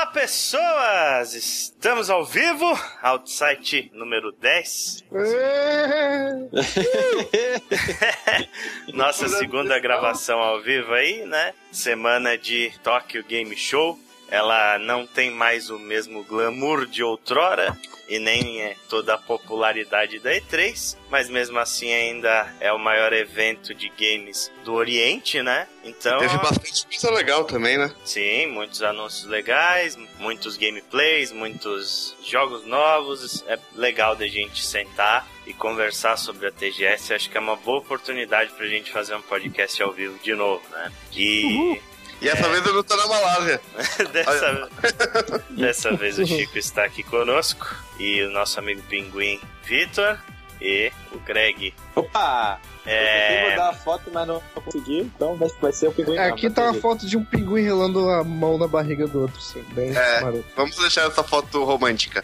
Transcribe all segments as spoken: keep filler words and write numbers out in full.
pessoas! Estamos ao vivo, Outsite número dez. Nossa segunda gravação ao vivo aí, né? Semana de Tokyo Game Show. Ela não tem mais o mesmo glamour de outrora e nem é toda a popularidade da E três, mas mesmo assim ainda é o maior evento de games do Oriente, né? Então teve bastante coisa legal também, né? Sim, muitos anúncios legais, muitos gameplays, muitos jogos novos. É legal da gente sentar e conversar sobre a T G S. Acho que é uma boa oportunidade pra gente fazer um podcast ao vivo de novo, né? E... Uhul. E essa é. vez eu não tô na Malásia. dessa, dessa vez o Chico está aqui conosco. E o nosso amigo Pinguim Vitor e o Greg. Opa! É... Eu tentei mudar a foto, mas não consegui, então vai ser o Pinguim. Aqui não, tá uma foto de um pinguim relando a mão na barriga do outro, sim. Bem é, maroto. Vamos deixar essa foto romântica.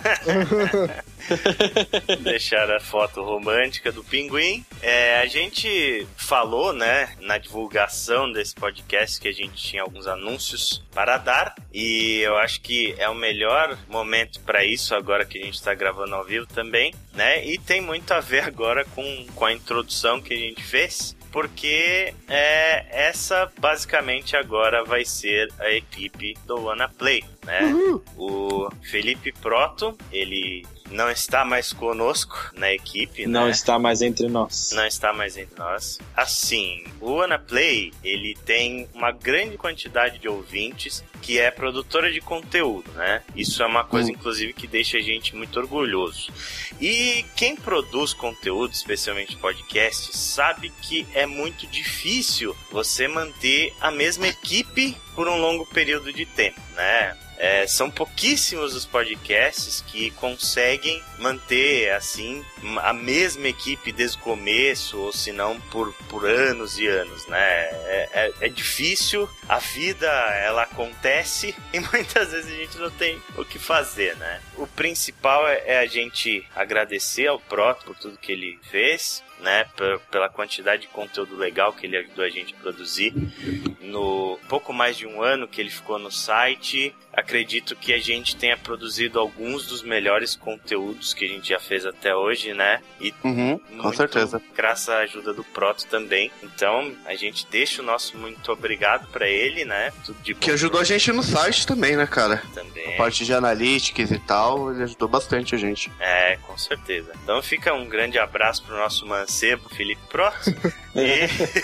Deixar a foto romântica do pinguim. É, a gente falou, né, na divulgação desse podcast que a gente tinha alguns anúncios para dar. E eu acho que é o melhor momento para isso, agora que a gente está gravando ao vivo também, né? E tem muito a ver agora com, com a introdução que a gente fez, porque é, essa basicamente agora vai ser a equipe do WannaPlay, né? Uhum. O Felipe Proto, ele não está mais conosco na equipe, não né? está mais entre nós. Não está mais entre nós. Assim, o WannaPlay, ele tem uma grande quantidade de ouvintes que é produtora de conteúdo, né? Isso é uma coisa, uhum. inclusive, que deixa a gente muito orgulhoso. E quem produz conteúdo, especialmente podcast, sabe que é muito difícil você manter a mesma equipe por um longo período de tempo, né? É, são pouquíssimos os podcasts que conseguem manter, assim, a mesma equipe desde o começo, ou se não por, por anos e anos, né? É, é, é difícil, a vida, ela acontece e muitas vezes a gente não tem o que fazer, né? O principal é, é a gente agradecer ao Proto por tudo que ele fez, né, P- pela quantidade de conteúdo legal que ele ajudou a gente a produzir. No pouco mais de um ano que ele ficou no site, acredito que a gente tenha produzido alguns dos melhores conteúdos que a gente já fez até hoje, né? E uhum, com muito, certeza. Graças à ajuda do Proto também. Então, a gente deixa o nosso muito obrigado pra ele, né? Tudo de que ajudou a gente no site também, né, cara? Também. A parte de analytics e tal, ele ajudou bastante a gente. É, com certeza. Então fica um grande abraço pro nosso mancebo, Felipe Proto. e...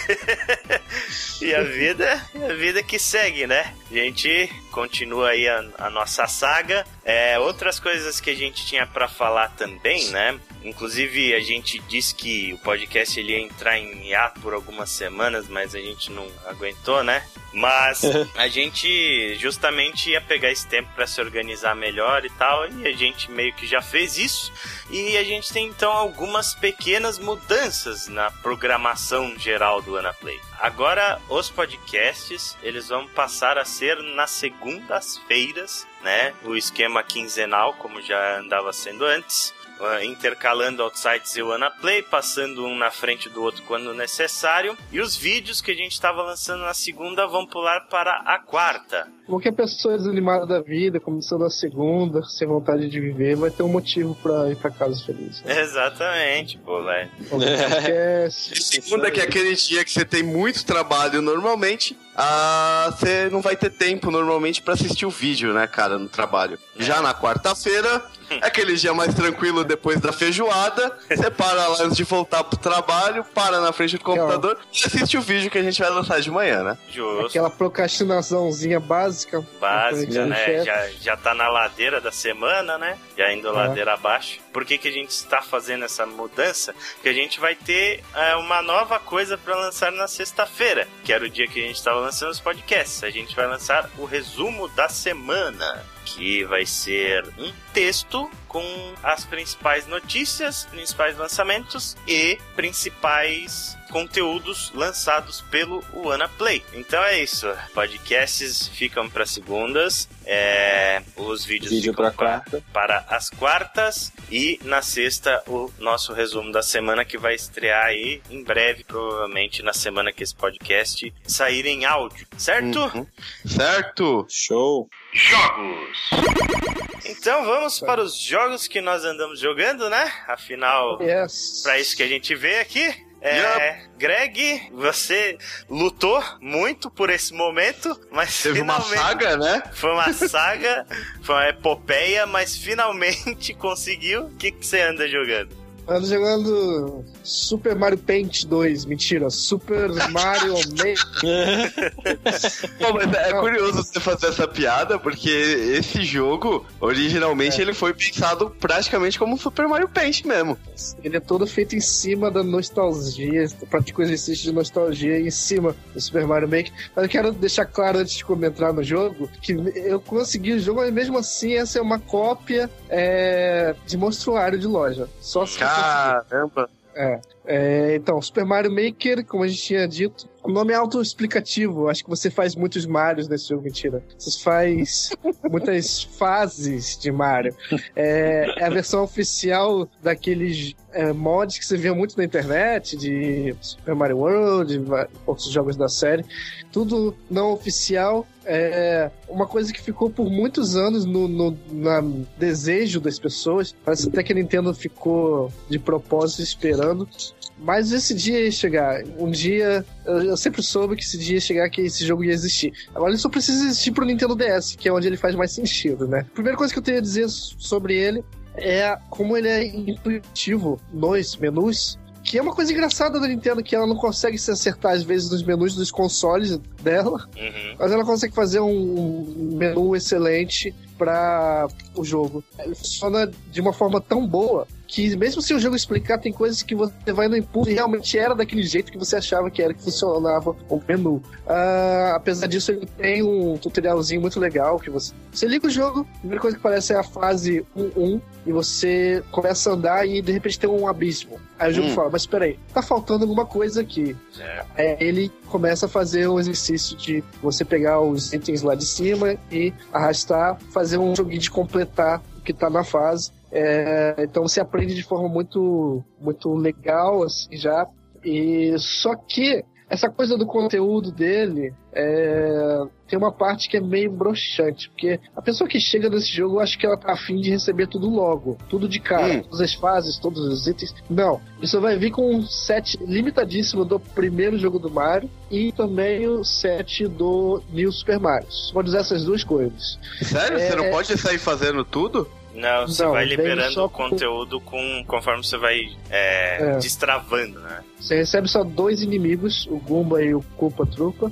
e a vida, a vida que segue, né? A gente continua aí a, a nossa saga. É, outras coisas que a gente tinha pra falar também, né? Inclusive, a gente disse que o podcast ele ia entrar em hiato por algumas semanas, mas a gente não aguentou, né? Mas a gente justamente ia pegar esse tempo para se organizar melhor e tal, e a gente meio que já fez isso. E a gente tem, então, algumas pequenas mudanças na programação geral do WannaPlay. Agora, os podcasts, eles vão passar a ser nas segundas-feiras, né? O esquema quinzenal, como já andava sendo antes. Intercalando Outsites e o WannaPlay, passando um na frente do outro quando necessário. E os vídeos que a gente estava lançando na segunda vão pular para a quarta. Qualquer pessoa desanimada da vida, começando a segunda, sem vontade de viver, vai ter um motivo pra ir pra casa feliz. Né? Exatamente, pô, velho. Segunda, que é aquele dia que você tem muito trabalho normalmente, ah, você não vai ter tempo normalmente pra assistir o vídeo, né, cara, no trabalho. É. Já na quarta-feira, é aquele dia mais tranquilo depois da feijoada, você para lá antes de voltar pro trabalho, para na frente do computador e assiste o vídeo que a gente vai lançar de manhã, né? Justo. Aquela procrastinaçãozinha básica. Básica, né? Já, já tá na ladeira da semana, né? Já indo é. ladeira abaixo. Por que que a gente está fazendo essa mudança? Porque a gente vai ter é, uma nova coisa para lançar na sexta-feira, que era o dia que a gente estava lançando os podcasts. A gente vai lançar o resumo da semana, que vai ser um texto com as principais notícias, principais lançamentos e principais conteúdos lançados pelo WannaPlay. Então é isso, podcasts ficam para segundas é, os vídeos Vídeo ficam pra pra, para as quartas e na sexta o nosso resumo da semana, que vai estrear aí em breve, provavelmente na semana que esse podcast sair em áudio, certo? Uhum. Certo! Show! Jogos! Então vamos para os jogos que nós andamos jogando, né? Afinal, Yes. para isso que a gente vê aqui. É, Greg, você lutou muito por esse momento, mas Teve finalmente... uma saga, né? Foi uma saga, foi uma epopeia, mas finalmente conseguiu. O que, que você anda jogando? Ando jogando Super Mario Paint dois, mentira, Super Mario Maker. Pô, mas é curioso você fazer essa piada, porque esse jogo, originalmente, É. ele foi pensado praticamente como um Super Mario Paint mesmo. Ele é todo feito em cima da nostalgia, pratica o exercício de nostalgia em cima do Super Mario Maker. Mas eu quero deixar claro antes de entrar no jogo que eu consegui o jogo, mas mesmo assim essa é uma cópia é, de monstruário de loja. Só se Caramba! É. É, então, Super Mario Maker, como a gente tinha dito, o nome é autoexplicativo. Acho que você faz muitos Marios nesse jogo, mentira. Você faz muitas fases de Mario. É, é a versão oficial daqueles é, mods que você vê muito na internet, de Super Mario World, de outros jogos da série. Tudo não oficial. É uma coisa que ficou por muitos anos no, no na desejo das pessoas. Parece até que a Nintendo ficou de propósito esperando. Mas esse dia ia chegar. Um dia, eu sempre soube que esse dia ia chegar, que esse jogo ia existir. Agora ele só precisa existir pro Nintendo D S, que é onde ele faz mais sentido, né? A primeira coisa que eu tenho a dizer sobre ele é como ele é intuitivo nos menus. Que é uma coisa engraçada da Nintendo, que ela não consegue se acertar às vezes nos menus dos consoles dela, Uhum. mas ela consegue fazer um menu excelente para o jogo. Ele funciona de uma forma tão boa que mesmo se o jogo explicar, tem coisas que você vai no impulso e realmente era daquele jeito que você achava que era, que funcionava o menu. Uh, apesar disso, ele tem um tutorialzinho muito legal, que você, você liga o jogo, a primeira coisa que aparece é a fase um um, e você começa a andar e de repente tem um abismo. Aí o jogo Hum. fala, mas peraí, tá faltando alguma coisa aqui. É. É, ele começa a fazer um exercício de você pegar os itens lá de cima e arrastar, fazer um joguinho de completar o que tá na fase. É, então você aprende de forma muito, muito legal, assim, já. E só que essa coisa do conteúdo dele é, tem uma parte que é meio broxante, porque a pessoa que chega nesse jogo, eu acho que ela tá afim de receber tudo logo, tudo de cara, Hum. todas as fases, todos os itens. Não, isso vai vir com um set limitadíssimo do primeiro jogo do Mario e também o set do New Super Mario. Vou dizer essas duas coisas. Sério? É, Você não é- pode sair fazendo tudo? Não, você Não, vai vem liberando só o com- conteúdo com, conforme você vai é, É. destravando, né? Você recebe só dois inimigos, o Goomba e o Koopa Troopa,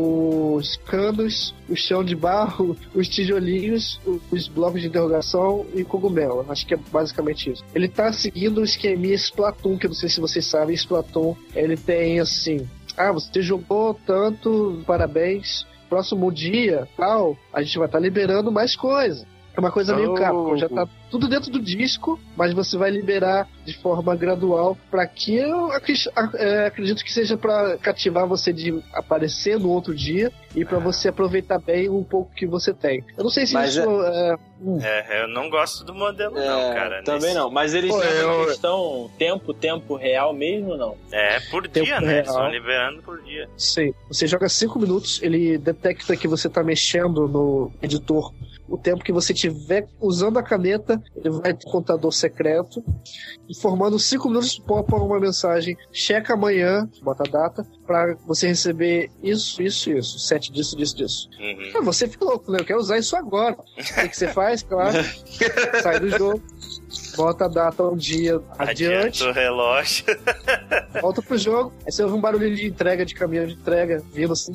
os canos, o chão de barro, os tijolinhos, os blocos de interrogação e cogumelo. Acho que é basicamente isso. Ele tá seguindo o esqueminha Splatoon, que eu não sei se vocês sabem, Splatoon, ele tem assim, ah, você jogou tanto, parabéns, próximo dia, tal, a gente vai estar liberando mais coisa. É uma coisa meio Oh. Capcom, já tá tudo dentro do disco, mas você vai liberar de forma gradual para que eu acri- ac- é, acredito que seja para cativar você de aparecer no outro dia e para você aproveitar bem um pouco que você tem. Eu não sei se Mas isso é... hum. É, eu não gosto do modelo, É, não, cara. também nesse- não, mas eles Pô, têm eu- uma questão tempo, tempo real mesmo, não? É, por Tempo dia, né? Eles real. vão liberando por dia. Sim, você joga cinco minutos, ele detecta que você tá mexendo no editor o tempo que você tiver usando a caneta, ele vai ter um contador secreto, informando cinco minutos, popa uma mensagem, checa amanhã, bota a data, pra você receber isso, isso, isso, sete disso, disso, disso. Uhum. Ah, você fica louco, né? Eu quero usar isso agora. O que, que você faz? Claro, sai do jogo, bota a data um dia adiante, Adianta o relógio. volta pro jogo, aí você ouve um barulho de entrega, de caminhão de entrega, vindo assim.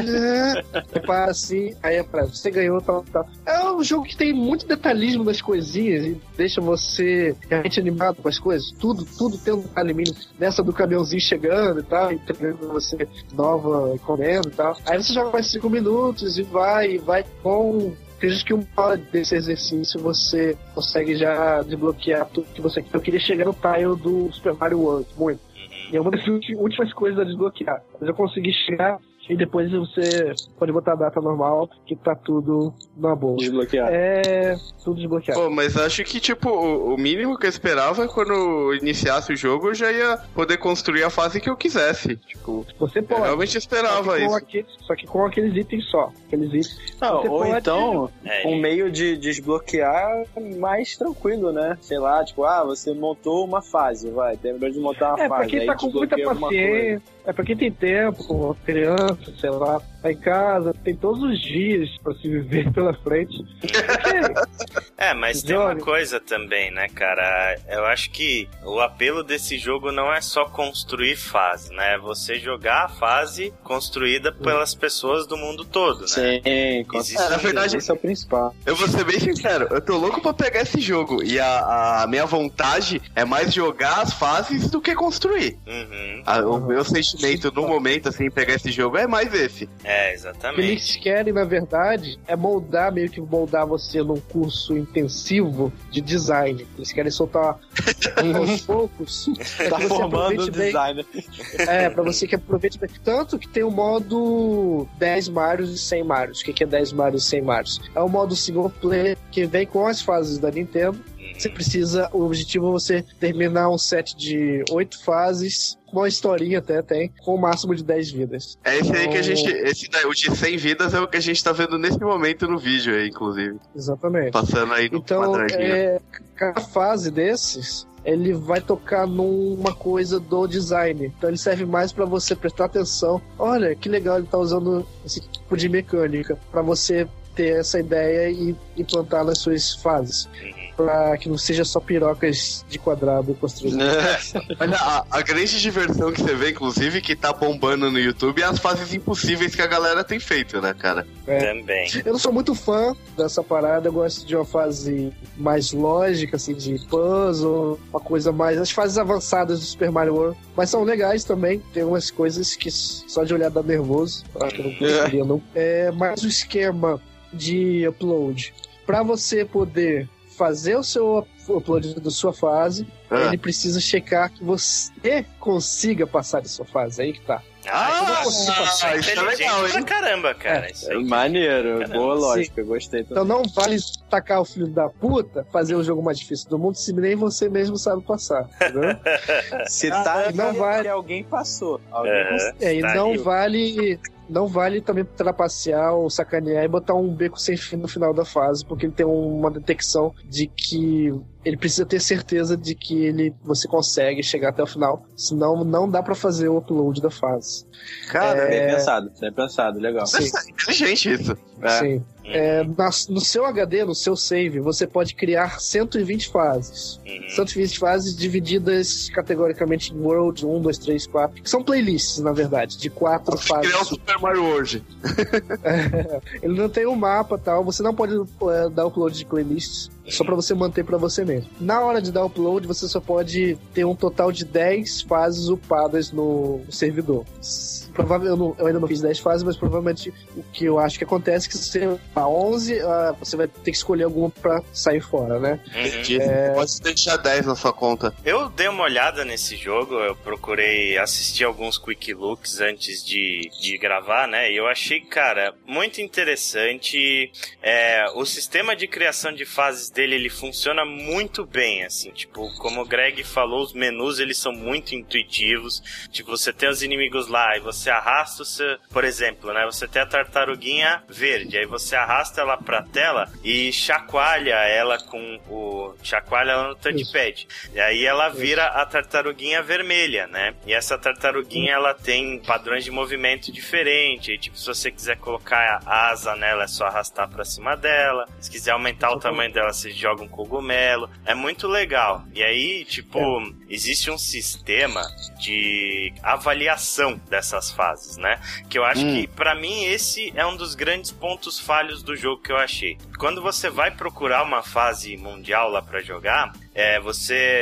Aí para assim, aí é pra você ganhou, tal, tal. É um jogo que tem muito detalhismo nas coisinhas e deixa você realmente animado com as coisas. Tudo, tudo tem um detalhe mínimo. Nessa do caminhãozinho chegando e tal, entregando você nova encomenda e tal. Aí você joga mais cinco minutos e vai, e vai com... Acredito que uma hora desse exercício você consegue já desbloquear tudo que você quer. Eu queria chegar no tile do Super Mario World, muito. E é uma das ulti- últimas coisas a desbloquear. Mas eu consegui chegar e depois você pode botar a data normal, que tá tudo na boa. Desbloqueado. É, tudo desbloqueado. Pô, mas acho que, tipo, o, o mínimo que eu esperava é quando eu iniciasse o jogo, eu já ia poder construir a fase que eu quisesse. Tipo, você pode. Eu realmente esperava só isso. Aqueles, só que com aqueles itens só. Aqueles itens. Não, você ou pode... então, É. um meio de desbloquear mais tranquilo, né? Sei lá, tipo, ah, você montou uma fase, vai, terminou de montar uma É, fase. pra quem aí tá com muita desbloqueia alguma coisa. paciência, é pra quem tem tempo, com criança, sei lá, tá em casa, tem todos os dias pra se viver pela frente. É, mas tem uma Jogue. coisa também, né, cara? Eu acho que o apelo desse jogo não é só construir fase, né? É você jogar a fase construída pelas pessoas do mundo todo, né? Sim, com Existe- certeza, na verdade- esse é o principal. Eu vou ser bem sincero, eu tô louco pra pegar esse jogo. E a, a minha vontade é mais jogar as fases do que construir. Uhum. A- o meu sentimento no momento, assim, em pegar esse jogo é mais esse. É, O que exatamente. eles querem, na verdade, é moldar, meio que moldar você num curso intensivo de design. Eles querem soltar aos poucos. pra Tá que você formando o aproveite bem. designer. É, pra você que aproveite bem. Tanto que tem o modo dez Marios e cem Marios. O que que é dez Marios e cem Marios? É o modo single player que vem com as fases da Nintendo. Você precisa, o objetivo é você terminar um set de oito fases, uma historinha até tem, com o máximo de dez vidas. É esse aí que a Então- gente. Esse daí, o de cem vidas é o que a gente tá vendo nesse momento no vídeo aí, inclusive. Exatamente. Passando aí no Então, quadradinho. é, cada fase desses, ele vai tocar numa coisa do design. Então ele serve mais pra você prestar atenção. Olha, que legal ele tá usando esse tipo de mecânica, pra você ter essa ideia e implantar nas suas fases. Pra que não seja só pirocas de quadrado construídas. Olha, a, a grande diversão que você vê, inclusive, que tá bombando no YouTube é as fases impossíveis que a galera tem feito, né, cara? É. Também. Eu não sou muito fã dessa parada, eu gosto de uma fase mais lógica, assim, de puzzle, uma coisa mais. As fases avançadas do Super Mario World. Mas são legais também, tem umas coisas que só de olhar dá nervoso. Ah, que eu não conseguiria, não. É mais o esquema de upload. Pra você poder fazer o seu upload da sua fase, Ah. ele precisa checar que você consiga passar de sua fase. Aí que tá. Ah, Ah, isso, isso é isso é inteligente legal, hein? pra caramba, cara. É. Isso aí. Maneiro, Caramba, boa lógica, gostei também. Então não vale tacar o filho da puta, fazer o jogo mais difícil do mundo, se nem você mesmo sabe passar, entendeu? Se Ah, tá, não é vai- que alguém passou. Alguém É. conseguiu. É, e Tá não aí. vale. Não vale também trapacear ou sacanear e botar um beco sem fim no final da fase, porque ele tem uma detecção de que ele precisa ter certeza de que ele, você consegue chegar até o final, senão não dá pra fazer o upload da fase. Cara, Bem pensado, bem pensado, legal. Sim. é inteligente isso. É. Sim. É, na- no seu H D, no seu save, você pode criar cento e vinte fases. Uhum. cento e vinte fases divididas categoricamente em World um, dois, três, quatro. Que são playlists, na verdade, de quatro Você criar o fases. Super Mario World. Ele não tem um mapa e tal. Você não pode é, dar upload de playlists. Só pra você manter pra você mesmo. Na hora de dar upload, você só pode ter um total de dez fases upadas no servidor. Provavelmente, eu, não- eu ainda não fiz dez fases, mas provavelmente o que eu acho que acontece é que se você a onze, ah, você vai ter que escolher alguma pra sair fora, né? Uhum. É... Pode deixar dez na sua conta. Eu dei uma olhada nesse jogo, eu procurei assistir alguns quick looks antes de, de gravar, né? E eu achei, cara, muito interessante. É, o sistema de criação de fases dele, ele funciona muito bem, assim. Tipo, como o Greg falou, os menus, eles são muito intuitivos. Tipo, você tem os inimigos lá e você arrasta o seu... Por exemplo, né? Você tem a tartaruguinha verde, aí você arrasta ela pra tela e chacoalha ela com o... Chacoalha ela no touchpad. E aí ela vira a tartaruguinha vermelha, né? E essa tartaruguinha, ela tem padrões de movimento diferentes. E, tipo, se você quiser colocar a asa nela, é só arrastar pra cima dela. Se quiser aumentar o tamanho dela, você joga um cogumelo. É muito legal. E aí, tipo, existe um sistema de avaliação dessas fases, né? Que eu acho Hum. que, pra mim, esse é um dos grandes pontos falhos do jogo que eu achei. Quando você vai procurar uma fase mundial lá pra jogar, é, você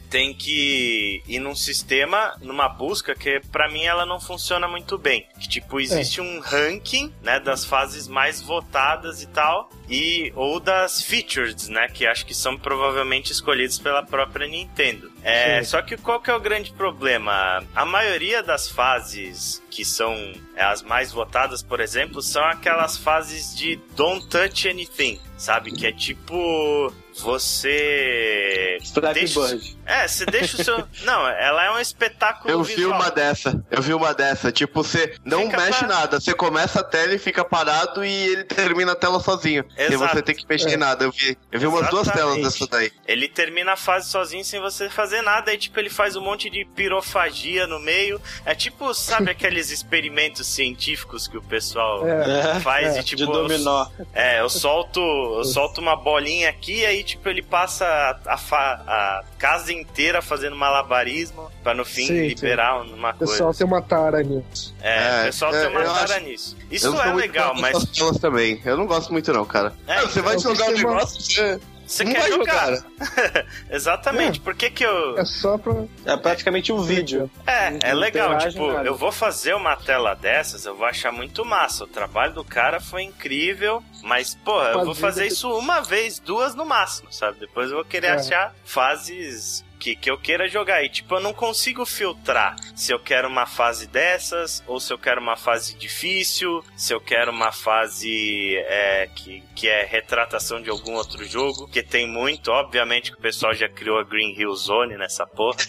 tem que ir num sistema, numa busca que pra mim ela não funciona muito bem. Que tipo, existe é. um ranking, né, das fases mais votadas e tal, e ou das features, né, que acho que são provavelmente escolhidas pela própria Nintendo. É, só que qual que é o grande problema? A maioria das fases que são as mais votadas, por exemplo, são aquelas fases de Don't Touch Anything, sabe? Que é tipo... Você... Deixa... É, você deixa o seu... Não, ela é um espetáculo Eu visual. vi uma dessa, eu vi uma dessa. Tipo, você não fica mexe pra... nada. Você começa a tela e fica parado e ele termina a tela sozinho. Exato. E você tem que mexer é. nada. Eu vi, eu vi umas duas telas dessa daí. Ele termina a fase sozinho sem você fazer nada. Aí, tipo, ele faz um monte de pirofagia no meio. É tipo, sabe aqueles experimentos científicos que o pessoal é. faz é. e, tipo... De dominó. Eu, é, eu solto, eu solto uma bolinha aqui e aí, tipo, ele passa a, a, a casa inteira fazendo malabarismo pra no fim sim, liberar sim. uma coisa. O pessoal tem uma tara nisso. É, o pessoal é, tem uma tara acho... nisso. Isso é legal, mas... também. Eu não gosto muito não, cara. É, você vai jogar o negócio... Você... Você não quer jogar. jogar. Exatamente. É. Por que que eu... É só pra... É praticamente um vídeo. É, é legal. Tipo, nada. Eu vou fazer uma tela dessas, eu vou achar muito massa. O trabalho do cara foi incrível, mas, pô, eu vou fazer isso uma vez, duas no máximo, sabe? Depois eu vou querer é. achar fases... Que, que eu queira jogar. E, tipo, eu não consigo filtrar se eu quero uma fase dessas, ou se eu quero uma fase difícil, se eu quero uma fase é, que, que é retratação de algum outro jogo, porque tem muito, obviamente que o pessoal já criou a Green Hill Zone nessa porra.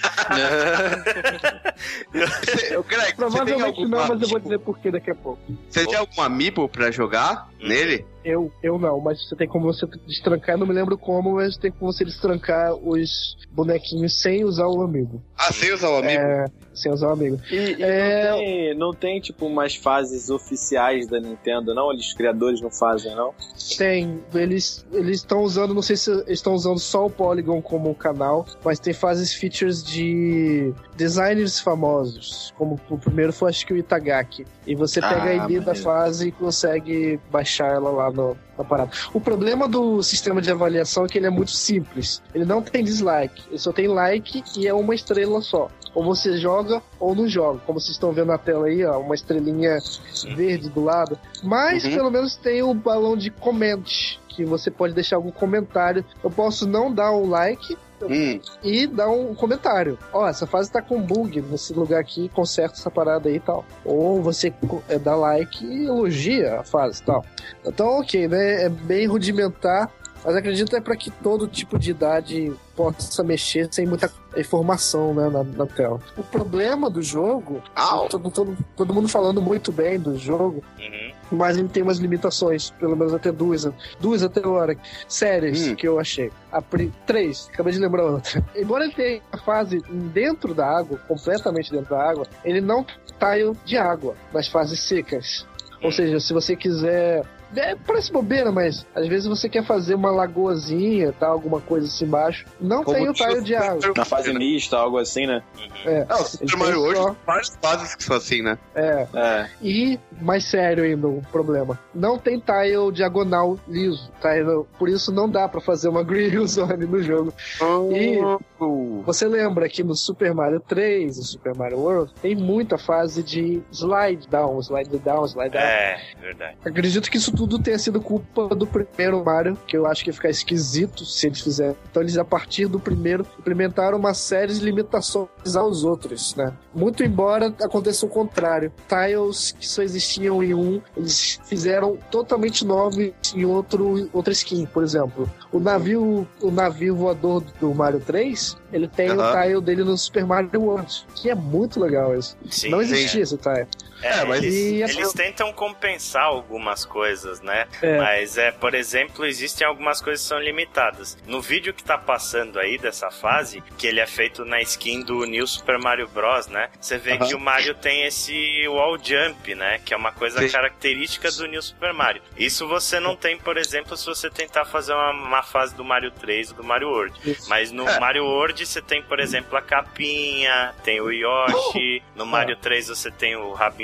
eu, Greg, provavelmente não, mas eu vou dizer por que daqui a pouco. Você tem algum amiibo pra jogar hum. nele? Eu, eu não, mas você tem como você destrancar, não me lembro como, mas tem como você destrancar os bonequinhos sem usar o amigo. Ah, sem usar o amigo? É, sem usar o amigo. E, e é... não, tem, não tem, tipo, umas fases oficiais da Nintendo, não? Os criadores não fazem, não? Tem. Eles estão usando, não sei se eles estão usando só o Polygon como canal, mas tem fases features de designers famosos, como o primeiro foi, acho que o Itagaki. E você pega ah, a I D da fase e consegue baixar ela lá no, na parada. O problema do sistema de avaliação é que ele é muito simples. Ele não tem dislike. Ele só tem like e é uma estrela só. Ou você joga ou não joga. Como vocês estão vendo na tela aí, ó, uma estrelinha verde do lado. Mas uhum. pelo menos tem o balão de comment, que você pode deixar algum comentário. Eu posso não dar um like hum. e dar um comentário. Ó, essa fase tá com bug nesse lugar aqui, conserta essa parada aí e tal. Ou você é, dá like e elogia a fase e tal. Então, ok, né? É bem rudimentar, mas acredito é para que todo tipo de idade possa mexer sem muita informação, né, na, na tela. O problema do jogo, todo, todo, todo mundo falando muito bem do jogo, uhum. mas ele tem umas limitações, pelo menos até duas, duas até agora, sérias hum. que eu achei. A pri- três, acabei de lembrar outra. Embora ele tenha a fase dentro da água, completamente dentro da água, ele não tile de água nas fases secas. Ou seja, se você quiser... É, parece bobeira, mas às vezes você quer fazer uma lagoazinha, tá, alguma coisa assim embaixo. Não Como tem o tile de água. Na fase mista, algo assim, né? É. Não, o Super Mario hoje tem várias fases que são assim, né? É. é. E, mais sério ainda, o problema. Não tem tile diagonal liso. Tile, por isso não dá pra fazer uma Green Hill Zone no jogo. Oh. E você lembra que no Super Mario três, no Super Mario World, tem muita fase de slide down, slide down, slide down. É, verdade. Acredito que isso tudo tenha sido culpa do primeiro Mario, que eu acho que ia ficar esquisito se eles fizerem. Então eles, a partir do primeiro, implementaram uma série de limitações aos outros, né? Muito embora aconteça o contrário. Tiles que só existiam em um, eles fizeram totalmente novos em outro, outra skin, por exemplo. O navio, o navio voador do Mario três, ele tem uhum. o tile dele no Super Mario World, que é muito legal isso. Sim, não existia sim. esse tile. É, é, mas eles, eles tentam compensar algumas coisas, né? É. Mas, é, por exemplo, existem algumas coisas que são limitadas. No vídeo que tá passando aí dessa fase, que ele é feito na skin do New Super Mario Bros, né? Você vê uh-huh. que o Mario tem esse wall jump, né? Que é uma coisa Sim. característica do New Super Mario. Isso você não tem, por exemplo, se você tentar fazer uma, uma fase do Mario três ou do Mario World. Isso. Mas no é. Mario World você tem, por exemplo, a capinha, tem o Yoshi. No Mario três você tem o rabinho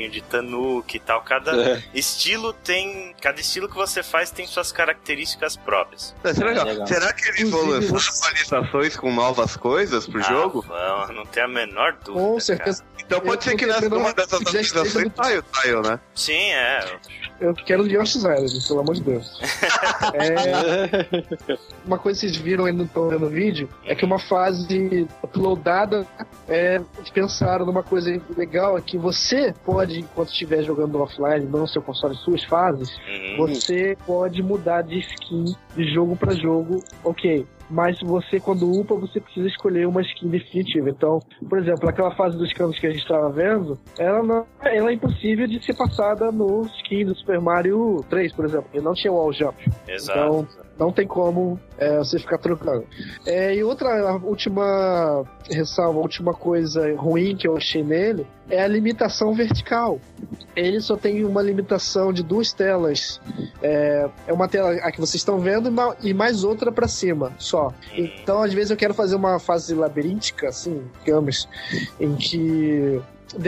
joguinho de Tanuki e tal. Cada é. estilo tem... Cada estilo que você faz tem suas características próprias. É, será, é legal. Será que eles vão lançar atualizações com novas coisas pro ah, jogo? Vão, não tem a menor dúvida. Com certeza. Cara. Então pode ser que nessa uma dessas atualizações saia o Taio, né? Sim, é. Eu quero o Yoshi's Island, pelo amor de Deus. é... Uma coisa que vocês viram aí no, no vídeo é que uma fase uploadada é, pensaram numa coisa legal, é que você pode, enquanto estiver jogando offline, não no seu console, suas fases, uhum. você pode mudar de skin de jogo pra jogo, ok. Mas você, quando upa, você precisa escolher uma skin definitiva. Então, por exemplo, aquela fase dos campos que a gente estava vendo, ela, não, ela é impossível de ser passada no skin do Super Mario três, por exemplo. Ele não tinha wall jump. Exato. Então, não tem como é, você ficar trocando. É, e outra, a última ressalva, a última coisa ruim que eu achei nele é a limitação vertical. Ele só tem uma limitação de duas telas. É, é uma tela a que vocês estão vendo e mais outra para cima, só. Então, às vezes eu quero fazer uma fase labiríntica, assim, digamos, em que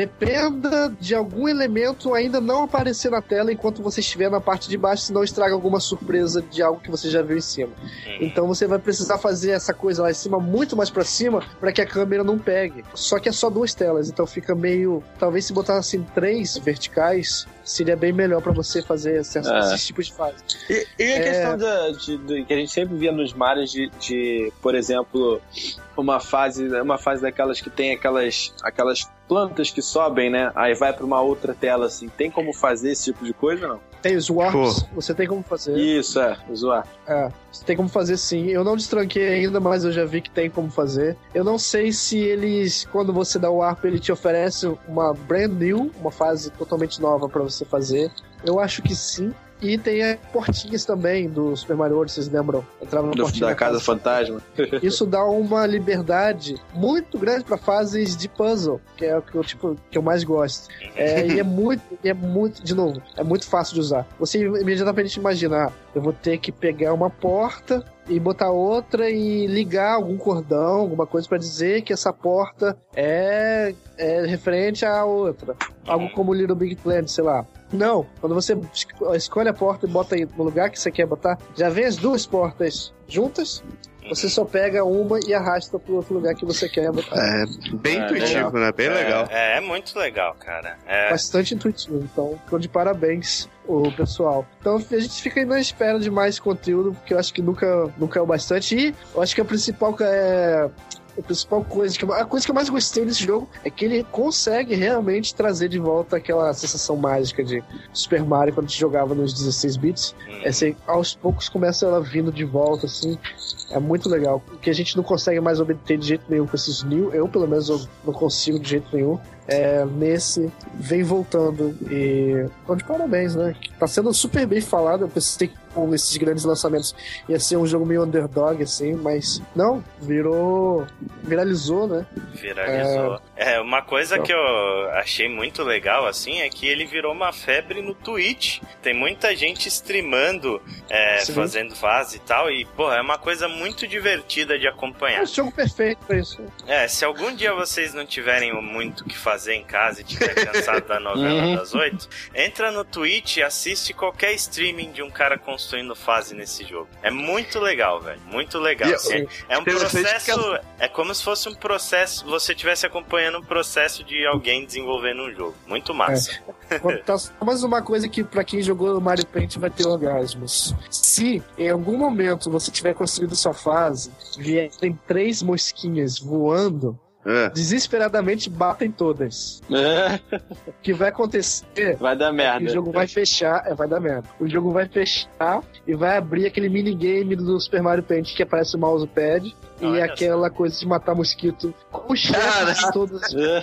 dependa de algum elemento ainda não aparecer na tela enquanto você estiver na parte de baixo, senão estraga alguma surpresa de algo que você já viu em cima. Então você vai precisar fazer essa coisa lá em cima muito mais pra cima para que a câmera não pegue. Só que é só duas telas, então fica meio... Talvez se botar assim três verticais, seria bem melhor para você fazer esse, é. esses tipos de fase. E, e a é... questão de, de, de, que a gente sempre via nos Marios de, de, por exemplo, uma fase, uma fase daquelas que tem aquelas, aquelas plantas que sobem, né? Aí vai pra uma outra tela, assim. Tem como fazer esse tipo de coisa, não? Tem os warps, Pô. você tem como fazer. Isso, é, os warps. É, você tem como fazer sim. Eu não destranquei ainda, mas eu já vi que tem como fazer. Eu não sei se eles, quando você dá o warp, ele te oferece uma brand new, uma fase totalmente nova pra você fazer. Eu acho que sim. E tem as portinhas também do Super Mario World, vocês lembram? Entrava na do, portinha da Casa Fantasma. Isso dá uma liberdade muito grande para fases de puzzle, que é o que eu, tipo, que eu mais gosto. É, e é muito, é muito, de novo, é muito fácil de usar. Você imediatamente imagina, ah, eu vou ter que pegar uma porta e botar outra e ligar algum cordão, alguma coisa para dizer que essa porta é, é referente à outra. Algo como Little Big Planet, sei lá. Não, quando você escolhe a porta e bota aí no lugar que você quer botar, já vem as duas portas juntas, você só pega uma e arrasta pro outro lugar que você quer botar. É bem é, intuitivo, né? Bem é, legal. É, é muito legal, cara. É... Bastante intuitivo, então ficou de parabéns o pessoal. Então a gente fica aí na espera de mais conteúdo, porque eu acho que nunca, nunca é o bastante. E eu acho que a principal é... A principal coisa, que, a coisa que eu mais gostei desse jogo é que ele consegue realmente trazer de volta aquela sensação mágica de Super Mario quando a gente jogava nos dezesseis bits. É assim, aos poucos começa ela vindo de volta, assim. É muito legal. O que a gente não consegue mais obter de jeito nenhum com esses new, eu pelo menos eu não consigo de jeito nenhum. É, nesse vem voltando e então, de parabéns, né? Tá sendo super bem falado. Eu pensei que com esses grandes lançamentos ia ser um jogo meio underdog, assim, mas não, virou, viralizou, né? Viralizou. É, é uma coisa então... que eu achei muito legal, assim, é que ele virou uma febre no Twitch. Tem muita gente streamando, é, fazendo fase e tal, e, pô, é uma coisa muito divertida de acompanhar. É um jogo perfeito pra isso. É, se algum dia vocês não tiverem muito o que fazer em casa e tiver cansado da novela uhum. das oito, entra no Twitch e assiste qualquer streaming de um cara construindo fase nesse jogo. É muito legal, velho. Muito legal. Assim, é, é um processo... É como se fosse um processo... Você estivesse acompanhando um processo de alguém desenvolvendo um jogo. Muito massa. É. Mais uma coisa que pra quem jogou Mario Paint vai ter orgasmos. Se em algum momento você tiver construído sua fase, vierem três mosquinhas voando, É. desesperadamente batem todas. É. O que vai acontecer? Vai dar merda. É o jogo vai fechar, é, vai dar merda. O jogo vai fechar e vai abrir aquele minigame do Super Mario Paint que aparece o mousepad e aquela coisa de matar mosquito com os chefes de todas.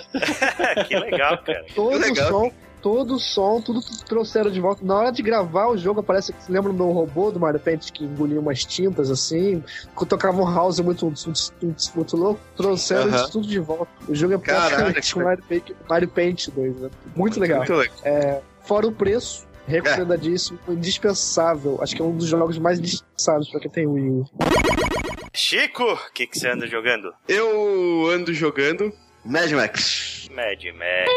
Que legal, cara. Todo que legal. o som. Todo o som, tudo trouxeram de volta. Na hora de gravar o jogo, parece que lembram de um robô do Mario Paint que engolia umas tintas assim, que tocava um house muito, muito, muito louco, trouxeram uh-huh. isso tudo de volta. O jogo é praticamente um Mario Paint, Mario Paint dois, né? Muito legal. Muito legal. É, fora o preço, recomendadíssimo, é. indispensável. Acho que é um dos jogos mais indispensáveis pra quem tem Wii U. Chico, o que, que você anda jogando? Eu ando jogando Mad Max. Mad Max.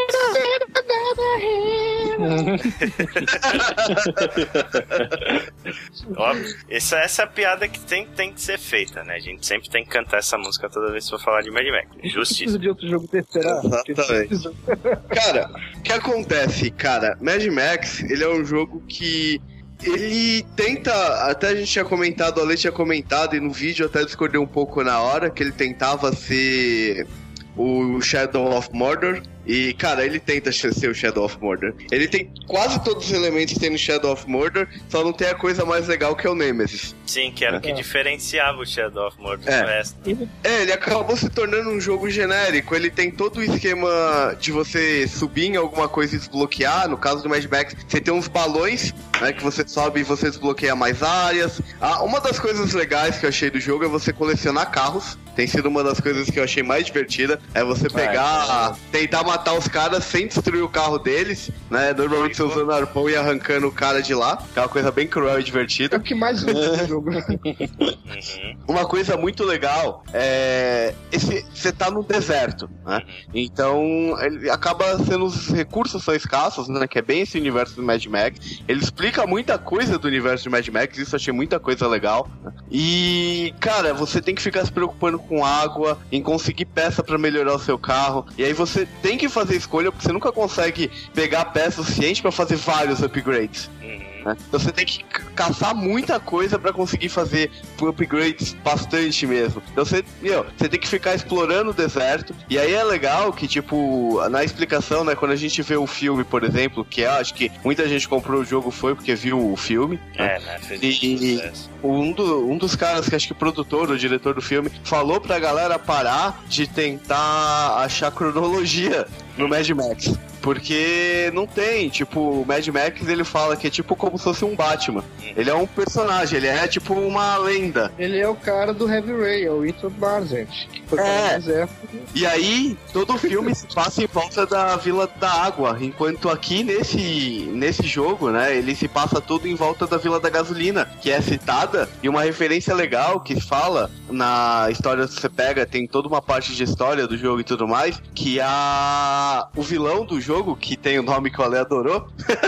Óbvio. Essa, essa piada que tem, tem que ser feita, né? A gente sempre tem que cantar essa música toda vez que for falar de Mad Max. Justiça. De outro jogo desse, será? Exatamente. Cara, o que acontece, cara? Mad Max, ele é um jogo que ele tenta, até a gente tinha comentado, a Lê tinha comentado, e no vídeo eu até discordei um pouco na hora, que ele tentava ser o Shadow of Mordor. E, cara, ele tenta ser o Shadow of Mordor. Ele tem quase todos os elementos que tem no Shadow of Mordor, só não tem a coisa mais legal que é o Nemesis. Sim, que era o que diferenciava o Shadow of Mordor é. do resto. É, ele acabou se tornando um jogo genérico. Ele tem todo o esquema de você subir em alguma coisa e desbloquear. No caso do Mad Max, você tem uns balões, né, que você sobe e você desbloqueia mais áreas. Ah, uma das coisas legais que eu achei do jogo é você colecionar carros. Tem sido uma das coisas que eu achei mais divertida. É você pegar, é, é. tentar matar os caras sem destruir o carro deles, né? Normalmente você usando arpão e arrancando o cara de lá. Que é uma coisa bem cruel e divertida. É o que mais usa no jogo. Uma coisa muito legal é... Esse, você tá no deserto, né? Então, ele acaba sendo... Os recursos são escassos, né? Que é bem esse universo do Mad Max. Ele explica muita coisa do universo de Mad Max. Isso eu achei muita coisa legal. E, cara, você tem que ficar se preocupando com água, em conseguir peça pra melhorar o seu carro. E aí você tem que fazer escolha, porque você nunca consegue pegar peça suficiente pra fazer vários upgrades. Né? Então você tem que caçar muita coisa pra conseguir fazer upgrades bastante mesmo. Então você, meu, você tem que ficar explorando o deserto. E aí é legal que, tipo, na explicação, né, quando a gente vê o filme, por exemplo, que eu acho que muita gente comprou o jogo foi porque viu o filme. É, né? Fez e um, do, um dos caras que acho que o produtor, o diretor do filme, falou pra galera parar de tentar achar cronologia no Mad Max. Porque não tem, tipo, o Mad Max ele fala que é tipo como se fosse um Batman. Ele é um personagem, ele é tipo uma lenda. Ele é o cara do Heavy Rain, o Ethan Marzent. É. E aí, todo o filme se passa em volta da Vila da Água. Enquanto aqui nesse, nesse jogo, né, ele se passa todo em volta da Vila da Gasolina, que é citada. E uma referência legal que fala na história que você pega, tem toda uma parte de história do jogo e tudo mais, que a o vilão do jogo jogo, que tem o nome que o Ale adorou.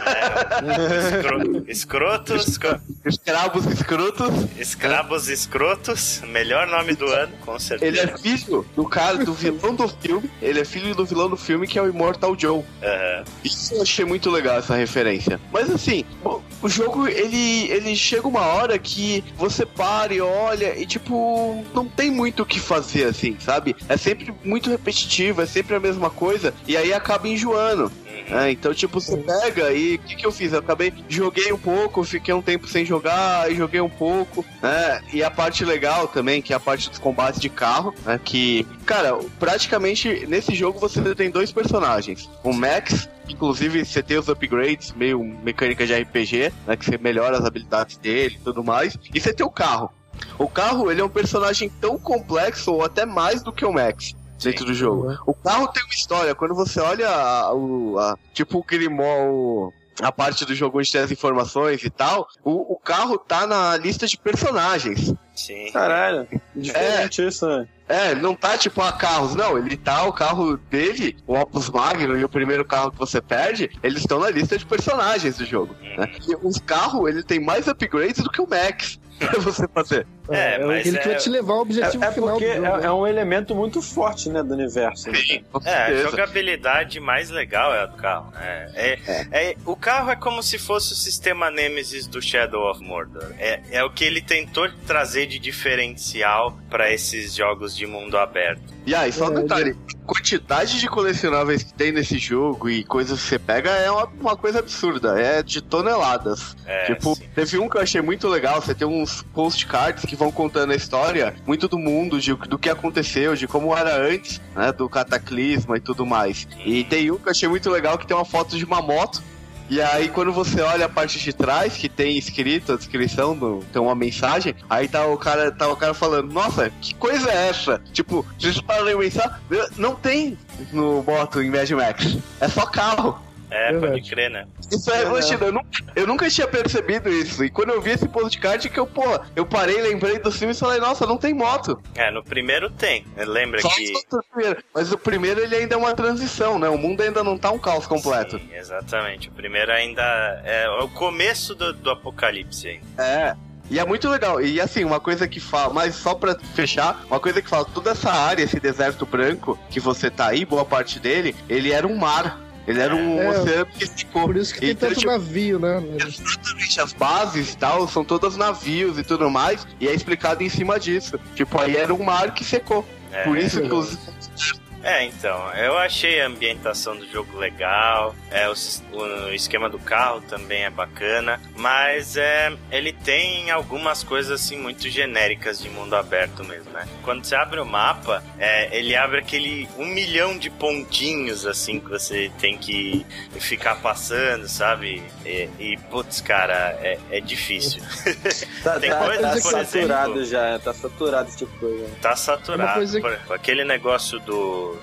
É, escroto, escrotos. Escravos escrotos. Escravos escrotos. Melhor nome do ano, com certeza. Ele é filho do cara, do vilão do filme. Ele é filho do vilão do filme, que é o Immortal Joe. Uhum. Isso eu achei muito legal, essa referência. Mas assim, o jogo, ele, ele chega uma hora que você para e olha e, tipo, não tem muito o que fazer, assim, sabe? É sempre muito repetitivo, é sempre a mesma coisa. E aí acaba enjoando. É, então, tipo, você pega e o que, que eu fiz? Eu acabei, joguei um pouco, fiquei um tempo sem jogar, e joguei um pouco, né? E a parte legal também, que é a parte dos combates de carro, né? Que, cara, praticamente nesse jogo você tem dois personagens. O Max, inclusive você tem os upgrades, meio mecânica de R P G, né? Que você melhora as habilidades dele e tudo mais. E você tem o carro. O carro, ele é um personagem tão complexo, ou até mais do que o Max. Dentro do jogo. O carro tem uma história. Quando você olha a, a, a, tipo o Grimol, a parte do jogo onde tem as informações e tal, o, o carro tá na lista de personagens. Sim. Caralho, diferente é, isso, né? É, não tá tipo a carros, não. Ele tá, o carro dele, o Opus Magnum e o primeiro carro que você perde, eles estão na lista de personagens do jogo. Né? E os carros, ele tem mais upgrades do que o Max. Pra você fazer. É, é mas ele é... vai te levar ao objetivo é, é final porque do jogo. É, é um elemento muito forte, né, do universo. Sim, é, a jogabilidade mais legal é a do carro. Né? É, é. É, o carro é como se fosse o sistema Nemesis do Shadow of Mordor. É, é o que ele tentou trazer de diferencial pra esses jogos de mundo aberto. E aí, só um detalhe, a quantidade de colecionáveis que tem nesse jogo e coisas que você pega é uma, uma coisa absurda, é de toneladas. É, tipo, sim. Teve um que eu achei muito legal, você tem uns postcards que vão contando a história, muito do mundo, de, do que aconteceu, de como era antes, né, do cataclisma e tudo mais. E tem um que eu achei muito legal, que tem uma foto de uma moto. E aí, quando você olha a parte de trás, que tem escrito a descrição, do, tem uma mensagem, aí tá o cara, tá o cara falando, nossa, que coisa é essa? Tipo, vocês param de pensar, não tem no moto em Mad Max, é só carro. É, verdade. Pode crer, né? Isso é, Lantida, eu, eu nunca tinha percebido isso. E quando eu vi esse postcard que eu, pô, eu parei, lembrei do filme e falei, nossa, não tem moto. É, no primeiro tem. Lembra Só que... No primeiro. Mas o primeiro ele ainda é uma transição, né? O mundo ainda não tá um caos completo. Sim, exatamente. O primeiro ainda é o começo do, do apocalipse ainda. É. E é muito legal. E assim, uma coisa que fala, mas só pra fechar, uma coisa que fala, toda essa área, esse deserto branco que você tá aí, boa parte dele, ele era um mar. Ele era um é, oceano que ficou. Por isso que tem então, tanto tipo, navio, né? Exatamente, as bases e tal, são todas navios e tudo mais, e é explicado em cima disso. Tipo, aí era um mar que secou. É, Por isso, inclusive... É, então, eu achei a ambientação do jogo legal, é, o, o esquema do carro também é bacana, mas é, ele tem algumas coisas assim muito genéricas de mundo aberto mesmo, né? Quando você abre o mapa, é, ele abre aquele um milhão de pontinhos assim que você tem que ficar passando, sabe? E, e putz, cara, é, é difícil. Tá, tem tá, coisas, tá por saturado exemplo, já, tá saturado esse tipo de coisa. Tá saturado, coisa... por, aquele negócio do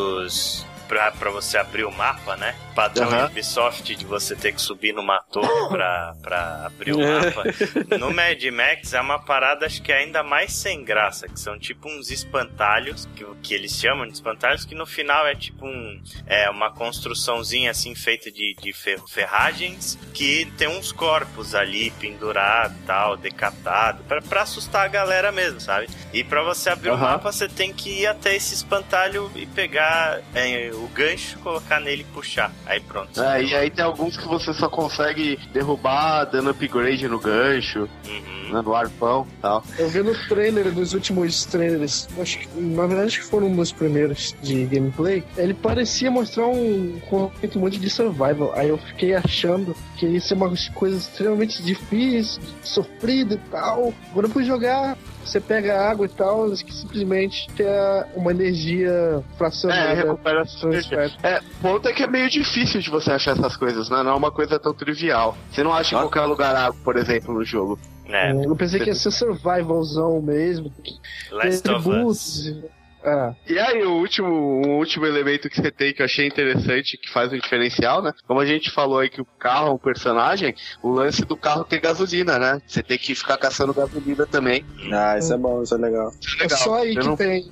dos pra, pra você abrir o mapa, né? Padrão uhum. Ubisoft de você ter que subir numa torre pra, pra abrir o mapa. No Mad Max é uma parada, acho que é ainda mais sem graça, que são tipo uns espantalhos, que, que eles chamam de espantalhos, que no final é tipo um, é uma construçãozinha assim feita de, de ferragens, que tem uns corpos ali pendurados e tal, decapitado, pra, pra assustar a galera mesmo, sabe? E pra você abrir uhum. o mapa, você tem que ir até esse espantalho e pegar é, o gancho, colocar nele e puxar. Aí pronto. É, e aí tem alguns que você só consegue derrubar dando upgrade no gancho, uhum. né, no arpão e tal. Eu vi no trailer, nos últimos trailers, acho que, na verdade acho que foram um dos primeiros de gameplay, ele parecia mostrar um conceito muito de survival. Aí eu fiquei achando que isso é uma coisa extremamente difícil, sofrida e tal. Quando eu fui jogar, você pega água e tal, que simplesmente tem uma energia fracionada. É, recupera É, o ponto é que é meio difícil de você achar essas coisas, né? Não é uma coisa tão trivial. Você não acha em qualquer lugar água, por exemplo, no jogo. É. Eu pensei que ia ser survivalzão mesmo. Last of Us. Ah. E aí, o último, o último elemento que você tem que eu achei interessante, que faz um diferencial, né? Como a gente falou aí que o carro é um personagem, o lance do carro ter gasolina, né? Você tem que ficar caçando gasolina também. Ah, isso é bom, isso é legal. Isso é, legal. É só aí eu que não... tem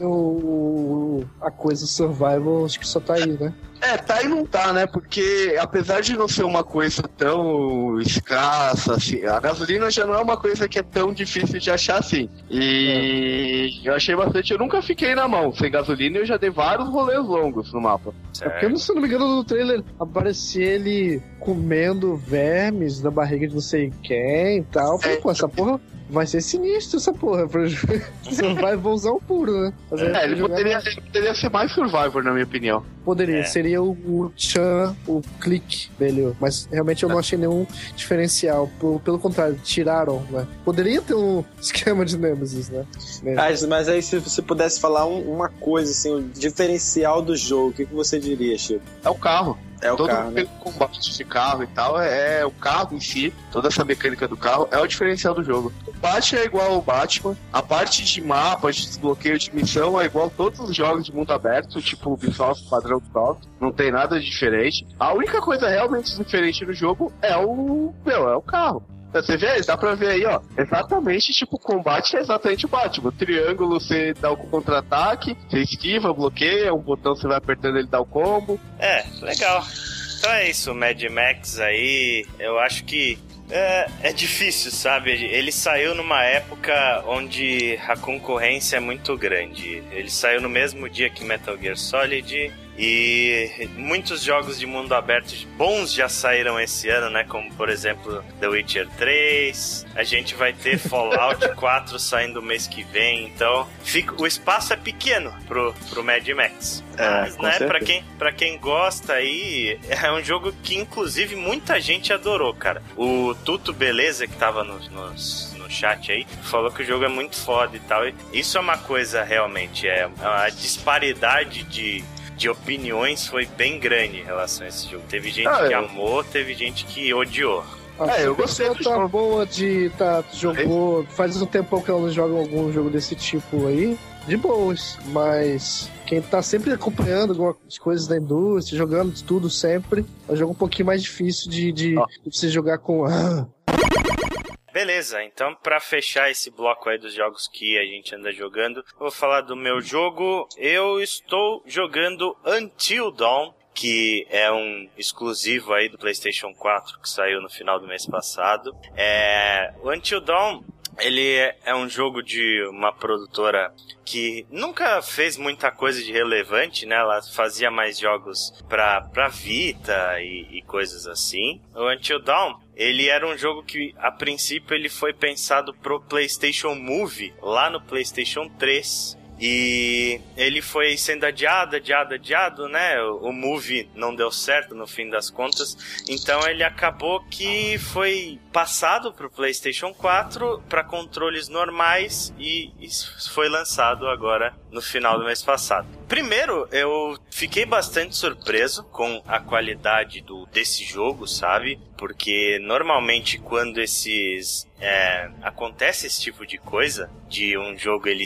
o, a coisa survival, acho que só tá aí, né? É, tá e não tá, né? Porque apesar de não ser uma coisa tão escassa, assim, a gasolina já não é uma coisa que é tão difícil de achar assim. E é. eu achei bastante, eu nunca fiquei na mão. Sem gasolina eu já dei vários rolês longos no mapa. É porque, se não me engano, no trailer aparecia ele comendo vermes na barriga de não sei quem e tal. Falei, pô, essa porra vai ser sinistro, essa porra. Você vai usar o puro, né? Mas é, ele poderia, mais... ele poderia ser mais Survivor, na minha opinião. Poderia, é. seria o, o Chan, o clique dele. Mas realmente eu não achei nenhum diferencial. Pelo, pelo contrário, tiraram, né? Poderia ter um esquema de Nemesis, né? Ah, mas aí se você pudesse falar um, uma coisa, assim, o diferencial do jogo, o que, que você diria, Chico? É o carro. É o Todo carro, né? o combate de carro e tal, é, é o carro em si, toda essa mecânica do carro é o diferencial do jogo. O Batman é igual ao Batman, a parte de mapa, de desbloqueio de missão é igual a todos os jogos de mundo aberto, tipo o Ubisoft, padrão Ubisoft, não tem nada de diferente. A única coisa realmente diferente no jogo é o, meu, é o carro. Você vê, dá pra ver aí, ó, exatamente, tipo, o combate é exatamente o Batman. O triângulo você dá o contra-ataque, você esquiva, bloqueia, um botão você vai apertando ele dá o combo. É, legal. Então é isso, o Mad Max aí, eu acho que é, é difícil, sabe? Ele saiu numa época onde a concorrência é muito grande. Ele saiu no mesmo dia que Metal Gear Solid e muitos jogos de mundo aberto bons já saíram esse ano, né? Como, por exemplo, The Witcher três. A gente vai ter Fallout quatro saindo mês que vem. Então, fica, o espaço é pequeno pro, pro Mad Max. Mas, é, né, pra quem, pra quem gosta aí, é um jogo que, inclusive, muita gente adorou, cara. O Tuto Beleza, que tava nos... nos chat aí, falou que o jogo é muito foda e tal. Isso é uma coisa realmente, é a disparidade de, de opiniões foi bem grande em relação a esse jogo. Teve gente ah, que eu... amou, teve gente que odiou. Ah, é, eu gostei do tá boa de tá, jogou, faz um tempão que ela não joga algum jogo desse tipo aí. de boas, mas quem tá sempre acompanhando algumas coisas da indústria, jogando de tudo sempre, é um jogo um pouquinho mais difícil de, de, oh. de você jogar com... Beleza, então pra fechar esse bloco aí dos jogos que a gente anda jogando, eu vou falar do meu jogo. Eu estou jogando Until Dawn, que é um exclusivo aí do PlayStation quatro, que saiu no final do mês passado. É... O Until Dawn, ele é um jogo de uma produtora que nunca fez muita coisa de relevante, né? Ela fazia mais jogos pra, pra Vita e, e coisas assim. O Until Dawn, ele era um jogo que, a princípio, ele foi pensado pro PlayStation Move, lá no PlayStation três. E ele foi sendo adiado, adiado, adiado, né? O, o Move não deu certo no fim das contas. Então ele acabou que foi passado pro PlayStation quatro para controles normais e, e foi lançado agora no final do mês passado. Primeiro, eu fiquei bastante surpreso com a qualidade do, desse jogo, sabe? Porque normalmente quando esses... É, acontece esse tipo de coisa, de um jogo ele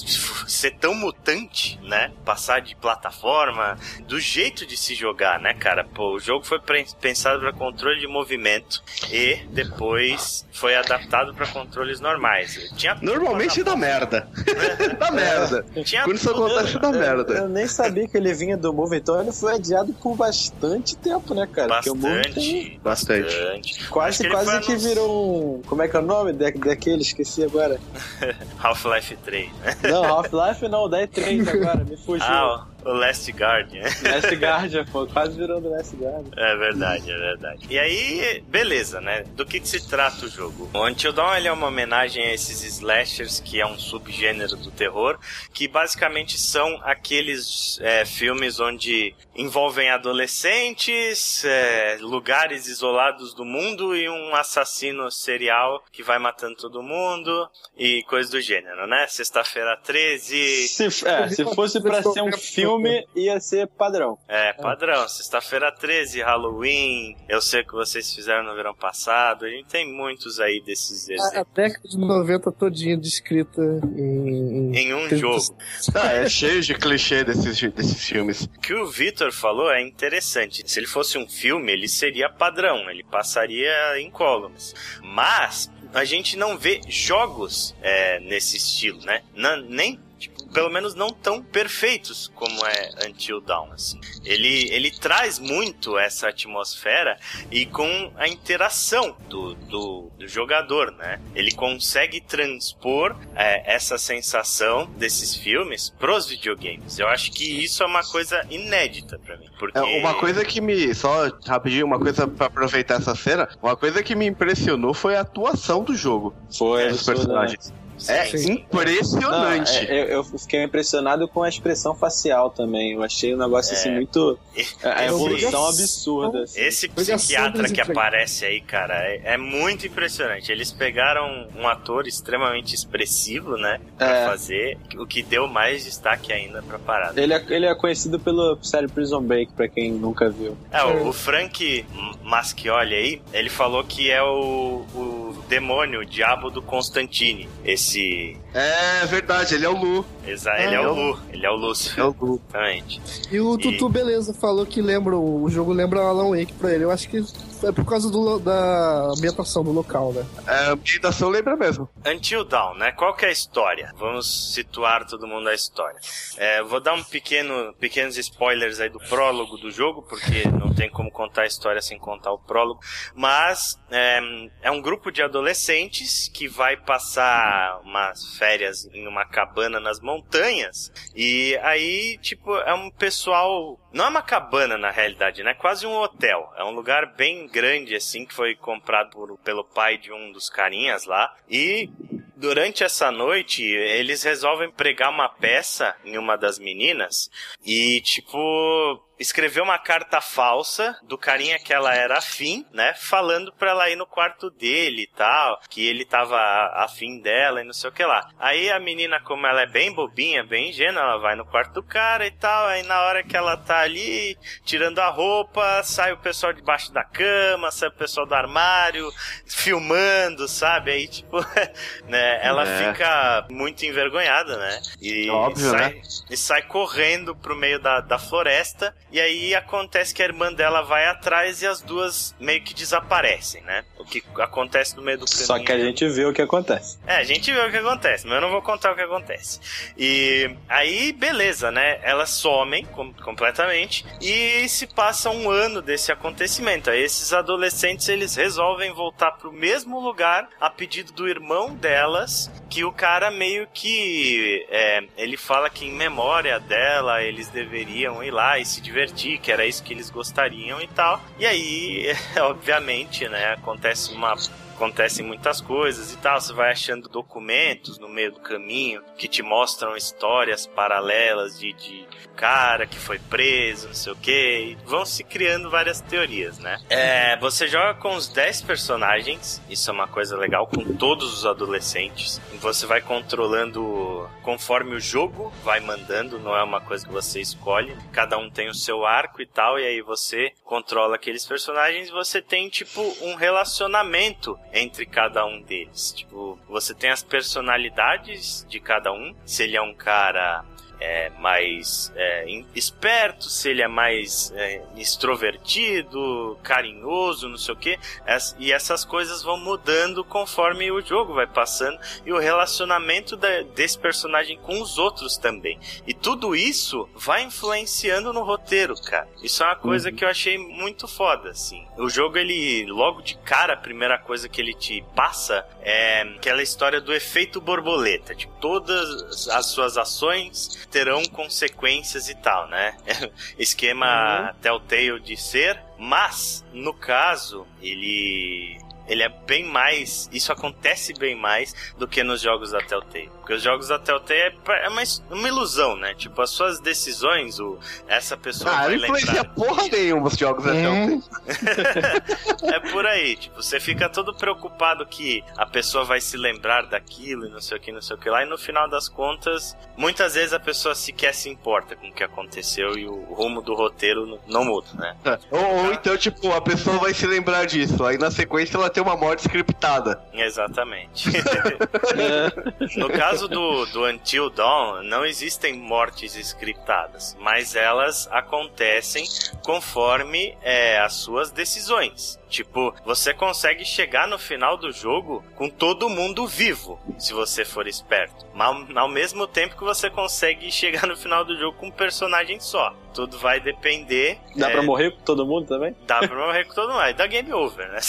ser tão mutante, né? Passar de plataforma, do jeito de se jogar, né, cara? Pô, o jogo foi pensado para controle de movimento e depois foi adaptado para controles normais. Tinha Normalmente dá merda. Dá merda. Tinha Quando isso acontece, dá merda. Eu nem sabia que ele vinha do Move, então ele foi adiado por bastante tempo, né, cara? Bastante, Porque o Move tem... bastante. bastante. Quase, quase que nos... virou um... Como é que é o nome da, daquele? Esqueci agora. Half-Life três, né? Não, Half-Life não, da E três agora, me fugiu. Ah, o Last Guardian. Last Guardian, pô, quase virou do Last Guardian. É verdade, é verdade. E aí, beleza, né? Do que, que se trata o jogo? O Until Dawn, ele é uma homenagem a esses slashers, que é um subgênero do terror, que basicamente são aqueles é, filmes onde envolvem adolescentes, é, lugares isolados do mundo e um assassino serial que vai matando todo mundo e coisas do gênero, né? Sexta-feira treze... Se, é, se fosse pra ser um filme, ia ser padrão. É, padrão. Sexta-feira treze, Halloween, eu sei o que vocês fizeram no verão passado. A gente tem muitos aí desses exemplos. A, a década de noventa todinha descrita em... Em um jogo. Ah, é cheio de clichê desses, desses filmes. O que o Victor falou é interessante. Se ele fosse um filme, ele seria padrão. Ele passaria incólumes. Mas a gente não vê jogos é, nesse estilo, né? Não, nem... pelo menos não tão perfeitos como é Until Dawn, assim. Ele, ele traz muito essa atmosfera e com a interação do, do, do jogador, né? Ele consegue transpor é, essa sensação desses filmes pros videogames. Eu acho que isso é uma coisa inédita pra mim. Porque... É, uma coisa que me... Só rapidinho, uma coisa pra aproveitar essa cena. Uma coisa que me impressionou foi a atuação do jogo. Foi, dos personagens. Né? É sim. Impressionante. Não, é, eu, eu fiquei impressionado com a expressão facial também. Eu achei um negócio é. assim muito... A evolução absurda. Assim. Esse psiquiatra que aparece aí, cara, é, é muito impressionante. Eles pegaram um ator extremamente expressivo, né? Pra é. fazer, o que deu mais destaque ainda pra parada. Ele é, ele é conhecido pela série Prison Break, pra quem nunca viu. É, o, o Frank Mascioli aí, ele falou que é o, o demônio, o diabo do Constantine. Esse É verdade, ele é o Lu. Exato, ele ah, é o Lu. Ele é o Lúcifer. É o Lu. Exatamente. E o Tutu, e... beleza, falou que lembra, o jogo lembra Alan Wake pra ele. Eu acho que é por causa do, da ambientação do local, né? É, a ambientação lembra mesmo. Until Dawn, né? Qual que é a história? Vamos situar todo mundo na história. É, vou dar um pequeno, pequenos spoilers aí do prólogo do jogo, porque não tem como contar a história sem contar o prólogo. Mas é, é um grupo de adolescentes que vai passar umas férias em uma cabana nas montanhas. E aí, tipo, é um pessoal... Não é uma cabana, na realidade, né? Quase um hotel. É um lugar bem grande, assim, que foi comprado por, pelo pai de um dos carinhas lá. E durante essa noite, eles resolvem pregar uma peça em uma das meninas. E, tipo... escreveu uma carta falsa do carinha que ela era afim, né? Falando pra ela ir no quarto dele e tal, que ele tava afim dela e não sei o que lá. Aí a menina, como ela é bem bobinha, bem ingênua, ela vai no quarto do cara e tal, aí na hora que ela tá ali, tirando a roupa, sai o pessoal debaixo da cama, sai o pessoal do armário, filmando, sabe? Aí, tipo, né? Ela é. fica muito envergonhada, né? E Óbvio, sai, né? e sai correndo pro meio da, da floresta, e aí acontece que a irmã dela vai atrás e as duas meio que desaparecem, né? O que acontece no meio do caminho. Só que a gente vê o que acontece. É, a gente vê o que acontece, mas eu não vou contar o que acontece. E aí, beleza, né? Elas somem com, completamente e se passa um ano desse acontecimento. Aí esses adolescentes, eles resolvem voltar pro mesmo lugar a pedido do irmão delas, que o cara meio que... É, ele fala que em memória dela, eles deveriam ir lá e se divertir, que era isso que eles gostariam e tal. E aí, obviamente, né? Acontece uma... Acontecem muitas coisas e tal, você vai achando documentos no meio do caminho que te mostram histórias paralelas de, de cara que foi preso, não sei o que, e vão se criando várias teorias, né? É, você joga com os dez personagens, isso é uma coisa legal, com todos os adolescentes, você vai controlando conforme o jogo vai mandando, não é uma coisa que você escolhe, cada um tem o seu arco e tal, e aí você controla aqueles personagens e você tem tipo um relacionamento entre cada um deles. Tipo, você tem as personalidades de cada um. Se ele é um cara é, mais é, esperto, se ele é mais é, extrovertido, carinhoso, não sei o que. E essas coisas vão mudando conforme o jogo vai passando. E o relacionamento da, desse personagem com os outros também. E tudo isso vai influenciando no roteiro, cara. Isso é uma coisa uhum. que eu achei muito foda, assim. O jogo, ele, logo de cara, a primeira coisa que ele te passa é aquela história do efeito borboleta. Tipo, todas as suas ações terão consequências e tal, né? Esquema uhum. Telltale de ser, mas, no caso, ele... ele é bem mais... Isso acontece bem mais do que nos jogos da Telltale. Porque os jogos da Telltale é uma, uma ilusão, né? Tipo, as suas decisões, o, essa pessoa ah, vai não influencia lembrar... porra nenhuma os jogos da hum. Telltale. É por aí. Tipo, você fica todo preocupado que a pessoa vai se lembrar daquilo e não sei o que, não sei o que lá. E no final das contas, muitas vezes a pessoa sequer se importa com o que aconteceu e o rumo do roteiro não muda, né? É. Ou, ou então, tipo, a pessoa vai se lembrar disso. Aí na sequência ela tem uma morte scriptada. Exatamente. No caso do, do Until Dawn, não existem mortes scriptadas, mas elas acontecem conforme é, as suas decisões. Tipo, você consegue chegar no final do jogo com todo mundo vivo, se você for esperto. Mas ao mesmo tempo que você consegue chegar no final do jogo com um personagem só. Tudo vai depender... Dá é... pra morrer com todo mundo também? Dá pra morrer com todo mundo. Aí dá game over, né?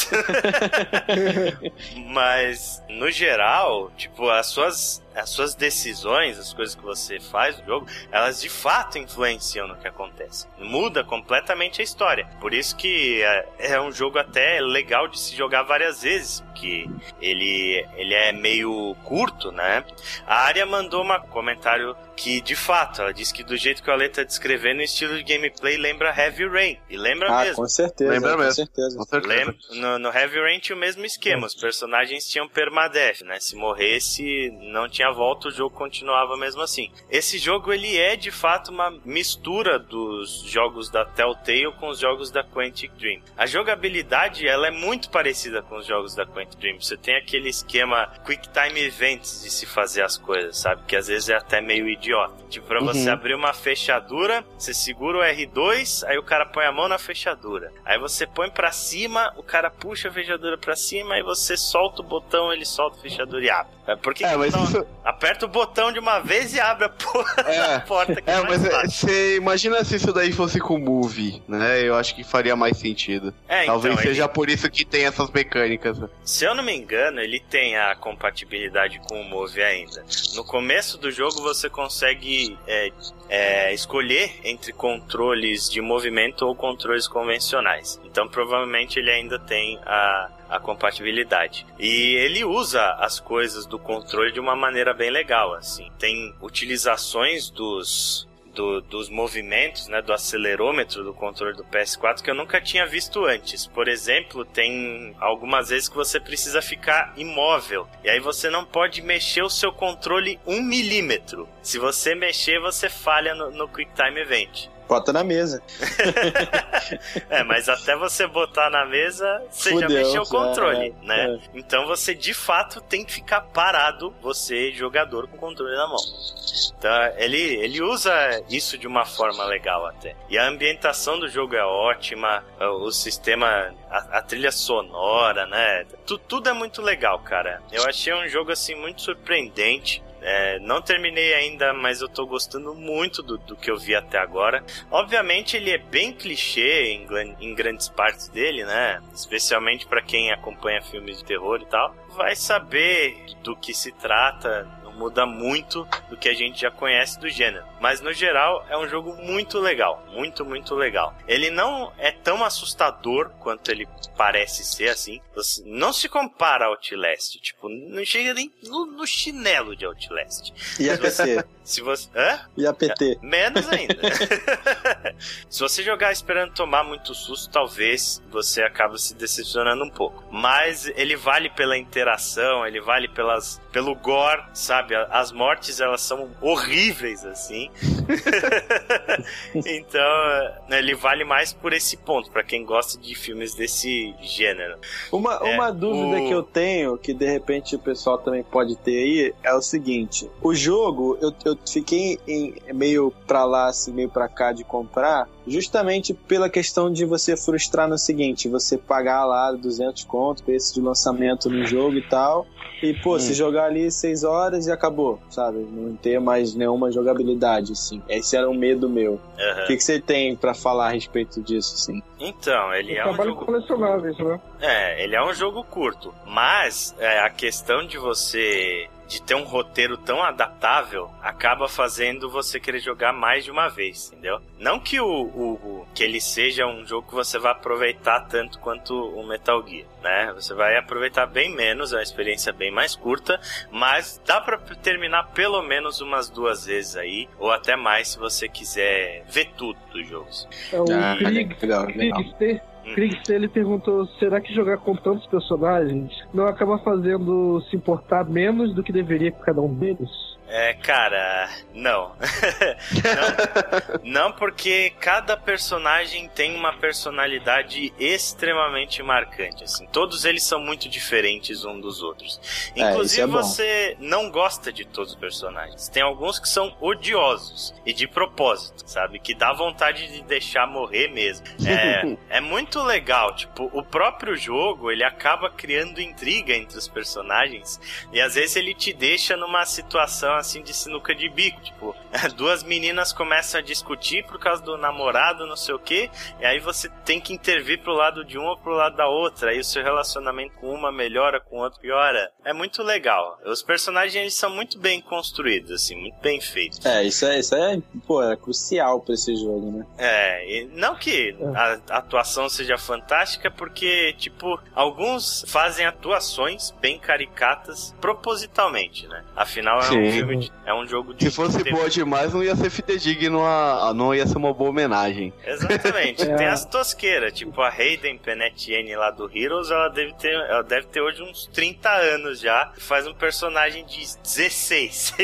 Mas, no geral, tipo, as suas... as suas decisões, as coisas que você faz no jogo, elas de fato influenciam no que acontece. Muda completamente a história. Por isso que é, é um jogo até legal de se jogar várias vezes, porque ele, ele é meio curto, né? A Arya mandou um comentário que, de fato, ela disse que do jeito que o Ale tá descrevendo, o estilo de gameplay lembra Heavy Rain. E lembra ah, mesmo. Com certeza. Lembra com mesmo. Certeza. Com certeza. Lembra, no, no Heavy Rain tinha o mesmo esquema. Os personagens tinham permadeath, né? Se morresse, não tinha volta, o jogo continuava mesmo assim. Esse jogo, ele é, de fato, uma mistura dos jogos da Telltale com os jogos da Quantic Dream. A jogabilidade, ela é muito parecida com os jogos da Quantic Dream. Você tem aquele esquema Quick Time Events de se fazer as coisas, sabe? Que às vezes é até meio idiota. Tipo, pra você uhum. abrir uma fechadura, você segura o R dois, aí o cara põe a mão na fechadura. Aí você põe pra cima, o cara puxa a fechadura pra cima, aí você solta o botão, ele solta a fechadura e abre. Por que é, que mas não... isso... Aperta o botão de uma vez e abre a porra é, da porta. Que é, é mas você imagina se isso daí fosse com Move, né? Eu acho que faria mais sentido. É, Talvez então, seja ele... por isso que tem essas mecânicas. Se eu não me engano, ele tem a compatibilidade com o Move ainda. No começo do jogo você consegue é, é, escolher entre controles de movimento ou controles convencionais. Então provavelmente ele ainda tem a... a compatibilidade. E ele usa as coisas do controle de uma maneira bem legal, assim. Tem utilizações dos do, dos movimentos, né, do acelerômetro do controle do P S quatro que eu nunca tinha visto antes. Por exemplo, tem algumas vezes que você precisa ficar imóvel, e aí você não pode mexer o seu controle um milímetro. Se você mexer, você falha no, no Quick Time Event. Bota na mesa. É, mas até você botar na mesa, você Fudeu, já mexeu o controle, é, né? é. Então você, de fato, tem que ficar parado, você, jogador, com o controle na mão. Então, ele, ele usa isso de uma forma legal até. E a ambientação do jogo é ótima, o sistema, a, a trilha sonora, né? Tu, tudo é muito legal, cara. Eu achei um jogo, assim, muito surpreendente. É, não terminei ainda, mas eu tô gostando muito do, do que eu vi até agora. Obviamente ele é bem clichê em, em grandes partes dele, né? Especialmente pra quem acompanha filmes de terror e tal. Vai saber do que se trata, não muda muito do que a gente já conhece do gênero. Mas no geral é um jogo muito legal, muito, muito legal. Ele não é tão assustador quanto ele parece ser, assim. Não se compara ao Outlast, tipo, não chega nem no, no chinelo de Outlast. E a P C? Se você... Hã? E a P T? Menos ainda. Se você jogar esperando tomar muito susto, talvez você acabe se decepcionando um pouco. Mas ele vale pela interação, ele vale pelas, pelo gore, sabe? As mortes, elas são horríveis, assim. Então, ele vale mais por esse ponto, pra quem gosta de filmes desse gênero. Uma, é, uma dúvida o... que eu tenho, que de repente o pessoal também pode ter aí, é o seguinte: o jogo, eu, eu fiquei em, meio pra lá, assim, meio pra cá de comprar, justamente pela questão de você frustrar no seguinte: você pagar lá duzentos conto, preço de lançamento no jogo e tal, e pô, hum. se jogar ali seis horas e acabou, sabe? Não ter mais nenhuma jogabilidade, assim. Esse era um medo meu. Uhum. O que, que você tem pra falar a respeito disso, assim? Então, ele é um trabalho jogo... colecionáveis, né? É, ele é um jogo curto, mas é, a questão de você... de ter um roteiro tão adaptável, acaba fazendo você querer jogar mais de uma vez, entendeu? Não que o, o, o que ele seja um jogo que você vai aproveitar tanto quanto o Metal Gear, né? Você vai aproveitar bem menos, é uma experiência bem mais curta, mas dá pra terminar pelo menos umas duas vezes aí, ou até mais se você quiser ver tudo dos jogos. É o ah, Krieg, legal, legal. Krieg, Krieg, ele perguntou: será que jogar com tantos personagens não acaba fazendo se importar menos do que deveria com cada um deles? É, cara, não. não. Não, porque cada personagem tem uma personalidade extremamente marcante, assim. Todos eles são muito diferentes um dos outros. Inclusive, é, é você não gosta de todos os personagens. Tem alguns que são odiosos e de propósito, sabe? Que dá vontade de deixar morrer mesmo. É, é muito legal. Tipo, o próprio jogo, ele acaba criando intriga entre os personagens e às vezes ele te deixa numa situação assim de sinuca de bico, tipo, duas meninas começam a discutir por causa do namorado, não sei o que, e aí você tem que intervir pro lado de uma ou pro lado da outra, aí o seu relacionamento com uma melhora, com o outro piora. É muito legal. Os personagens, eles são muito bem construídos, assim, muito bem feitos. É, isso é, isso é, pô, é crucial pra esse jogo, né? É, e não que a, a atuação seja fantástica, porque, tipo, alguns fazem atuações bem caricatas propositalmente, né? Afinal, é Sim. um filme de, é um jogo de... Se fosse boa demais, não ia ser fidedigno, a, não ia ser uma boa homenagem. Exatamente. É. Tem as tosqueiras, tipo a Hayden Panettiere lá do Heroes, ela deve ter, ela deve ter hoje uns trinta anos já, faz um personagem de dezesseis.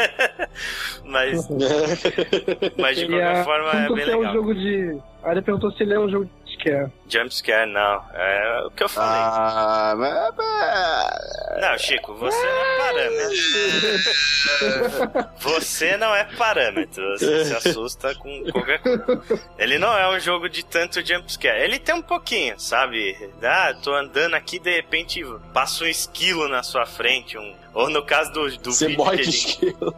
mas, mas de qualquer a, forma é bem legal. É um jogo de... A área perguntou se ele é um jogo de jumpscare. Jumpscare, não. É o que eu falei. Ah, mas... Não, Chico, você não é parâmetro. Você não é parâmetro. Você se assusta com qualquer coisa. Ele não é um jogo de tanto jumpscare. Ele tem um pouquinho, sabe? Ah, tô andando aqui, de repente passa um esquilo na sua frente, um... Ou no caso do, do Você vídeo morre que de a gente... esquilo.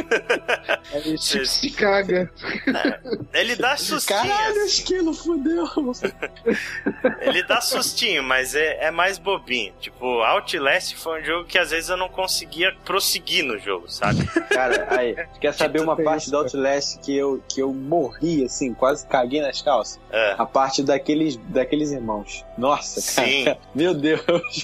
Ele se caga. É, ele dá sustinho. Caralho, o assim. esquilo fudeu. Ele dá sustinho, mas é, é mais bobinho. Tipo, Outlast foi um jogo que às vezes eu não conseguia prosseguir no jogo, sabe? Cara, aí, quer saber uma parte do Outlast que eu, que eu morri, assim, quase caguei nas calças? É. A parte daqueles, daqueles irmãos. Nossa, cara. Sim. Meu Deus.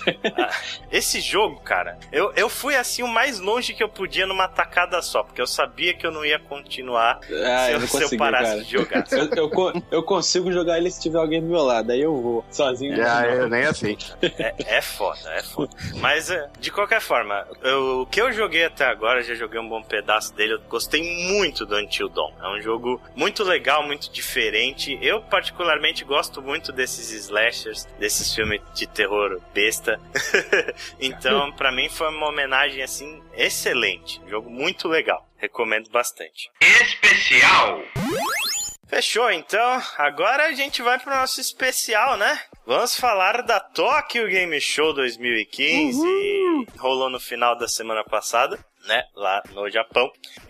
Esse jogo, cara, eu, eu fui assim o mais longe que eu podia numa tacada só, porque eu sabia que eu não ia continuar ah, se, eu, eu, não se consegui, eu parasse cara. de jogar. Eu, eu, eu consigo jogar ele se tiver alguém do meu lado, aí eu vou, sozinho. Ah, eu nem assim. É, é foda, é foda. Mas, de qualquer forma, eu, o que eu joguei até agora, já joguei um bom pedaço dele, eu gostei muito do Until Dawn. É um jogo muito legal, muito diferente. Eu, particularmente, gosto muito desses slashers, desses filmes de terror besta. Então, pra mim, foi uma homenagem, assim, excelente. Um jogo muito legal. Recomendo bastante. Especial! Fechou, então. Agora a gente vai pro nosso especial, né? Vamos falar da Tokyo Game Show dois mil e quinze. Uhum. Rolou no final da semana passada, né? Lá no Japão.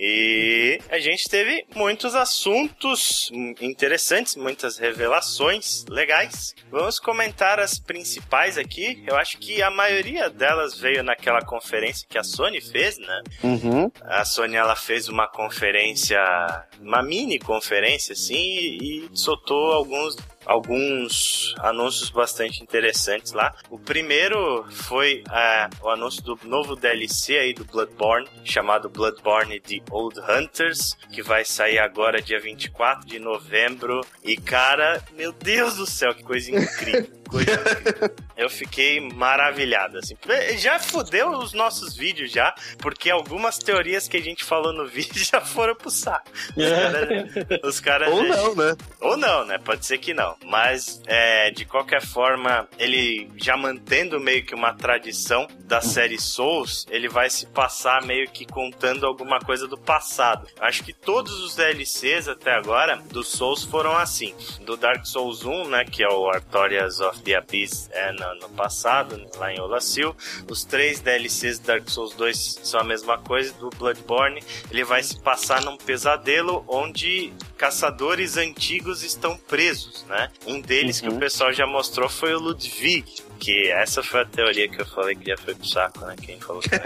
E a gente teve muitos assuntos interessantes, muitas revelações legais. Vamos comentar as principais aqui. Eu acho que a maioria delas veio naquela conferência que a Sony fez, né? Uhum. A Sony, ela fez uma conferência, uma mini conferência, assim, e, e soltou alguns... alguns anúncios bastante interessantes lá. O primeiro foi é, o anúncio do novo D L C aí do Bloodborne, chamado Bloodborne The Old Hunters, que vai sair agora dia vinte e quatro de novembro. E cara, meu Deus do céu, que coisa incrível. Coisa incrível. Eu fiquei maravilhado, assim. Já fudeu os nossos vídeos já, porque algumas teorias que a gente falou no vídeo já foram pro saco. Os caras... Os cara Ou já... não, né? Ou não, né? Pode ser que não. Mas, é, de qualquer forma, ele já mantendo meio que uma tradição da série Souls, ele vai se passar meio que contando alguma coisa do passado. Acho que todos os D L Cs até agora do Souls foram assim. Do Dark Souls um, né? Que é o Artorias of the Abyss, é no, no passado, lá em Olacil. Os três D L Cs do Dark Souls dois são a mesma coisa. Do Bloodborne, ele vai se passar num pesadelo onde caçadores antigos estão presos, né? Um deles uhum. que o pessoal já mostrou foi o Ludwig, que essa foi a teoria que eu falei que já foi pro saco, né? Quem falou que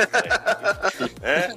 é?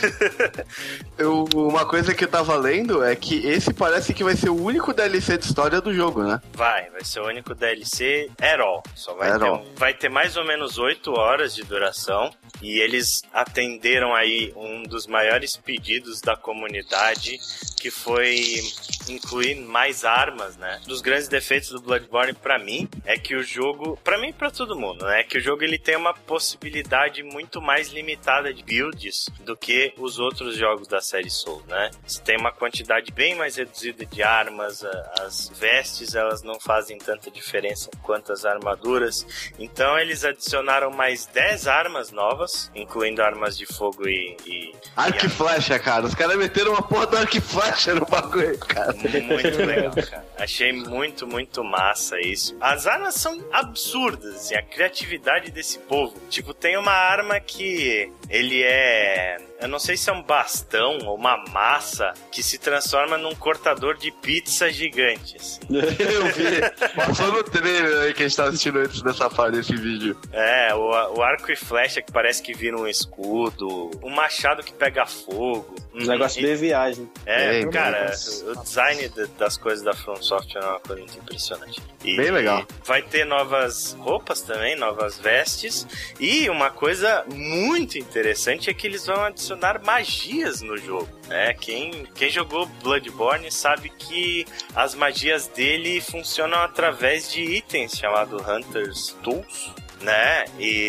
eu, Uma coisa que eu tava lendo é que esse parece que vai ser o único D L C de história do jogo, né? Vai, vai ser o único D L C at all. Só vai, at ter, all. vai ter mais ou menos oito horas de duração. E eles atenderam aí um dos maiores pedidos da comunidade, que foi incluir mais armas, né? Um dos grandes defeitos do Bloodborne pra mim é que o jogo, pra mim e pra todo mundo, né? É que o jogo ele tem uma possibilidade muito mais limitada de builds do que os outros jogos da série Souls, né? Você tem uma quantidade bem mais reduzida de armas, as vestes elas não fazem tanta diferença quanto as armaduras. Então eles adicionaram mais dez armas novas, incluindo armas de fogo e... e arco e flecha, cara. Os caras meteram uma porra do arco e flecha no bagulho, cara. Muito legal, cara. Achei muito, muito massa isso. As armas são absurdas, assim, a criatividade desse povo. Tipo, tem uma arma que ele é... eu não sei se é um bastão ou uma massa que se transforma num cortador de pizza gigante, assim. Eu vi. Passou no trailer aí que a gente tava assistindo antes dessa parte desse vídeo. É, o, o arco e flecha que parece que vira um escudo, um machado que pega fogo. Um negócio de viagem. É, é cara, o design das coisas da From Software é uma coisa muito impressionante. E bem legal. Vai ter novas roupas também, novas vestes. E uma coisa muito interessante é que eles vão adicionar magias no jogo. É, quem, quem jogou Bloodborne sabe que as magias dele funcionam através de itens chamados Hunter's Tools, né?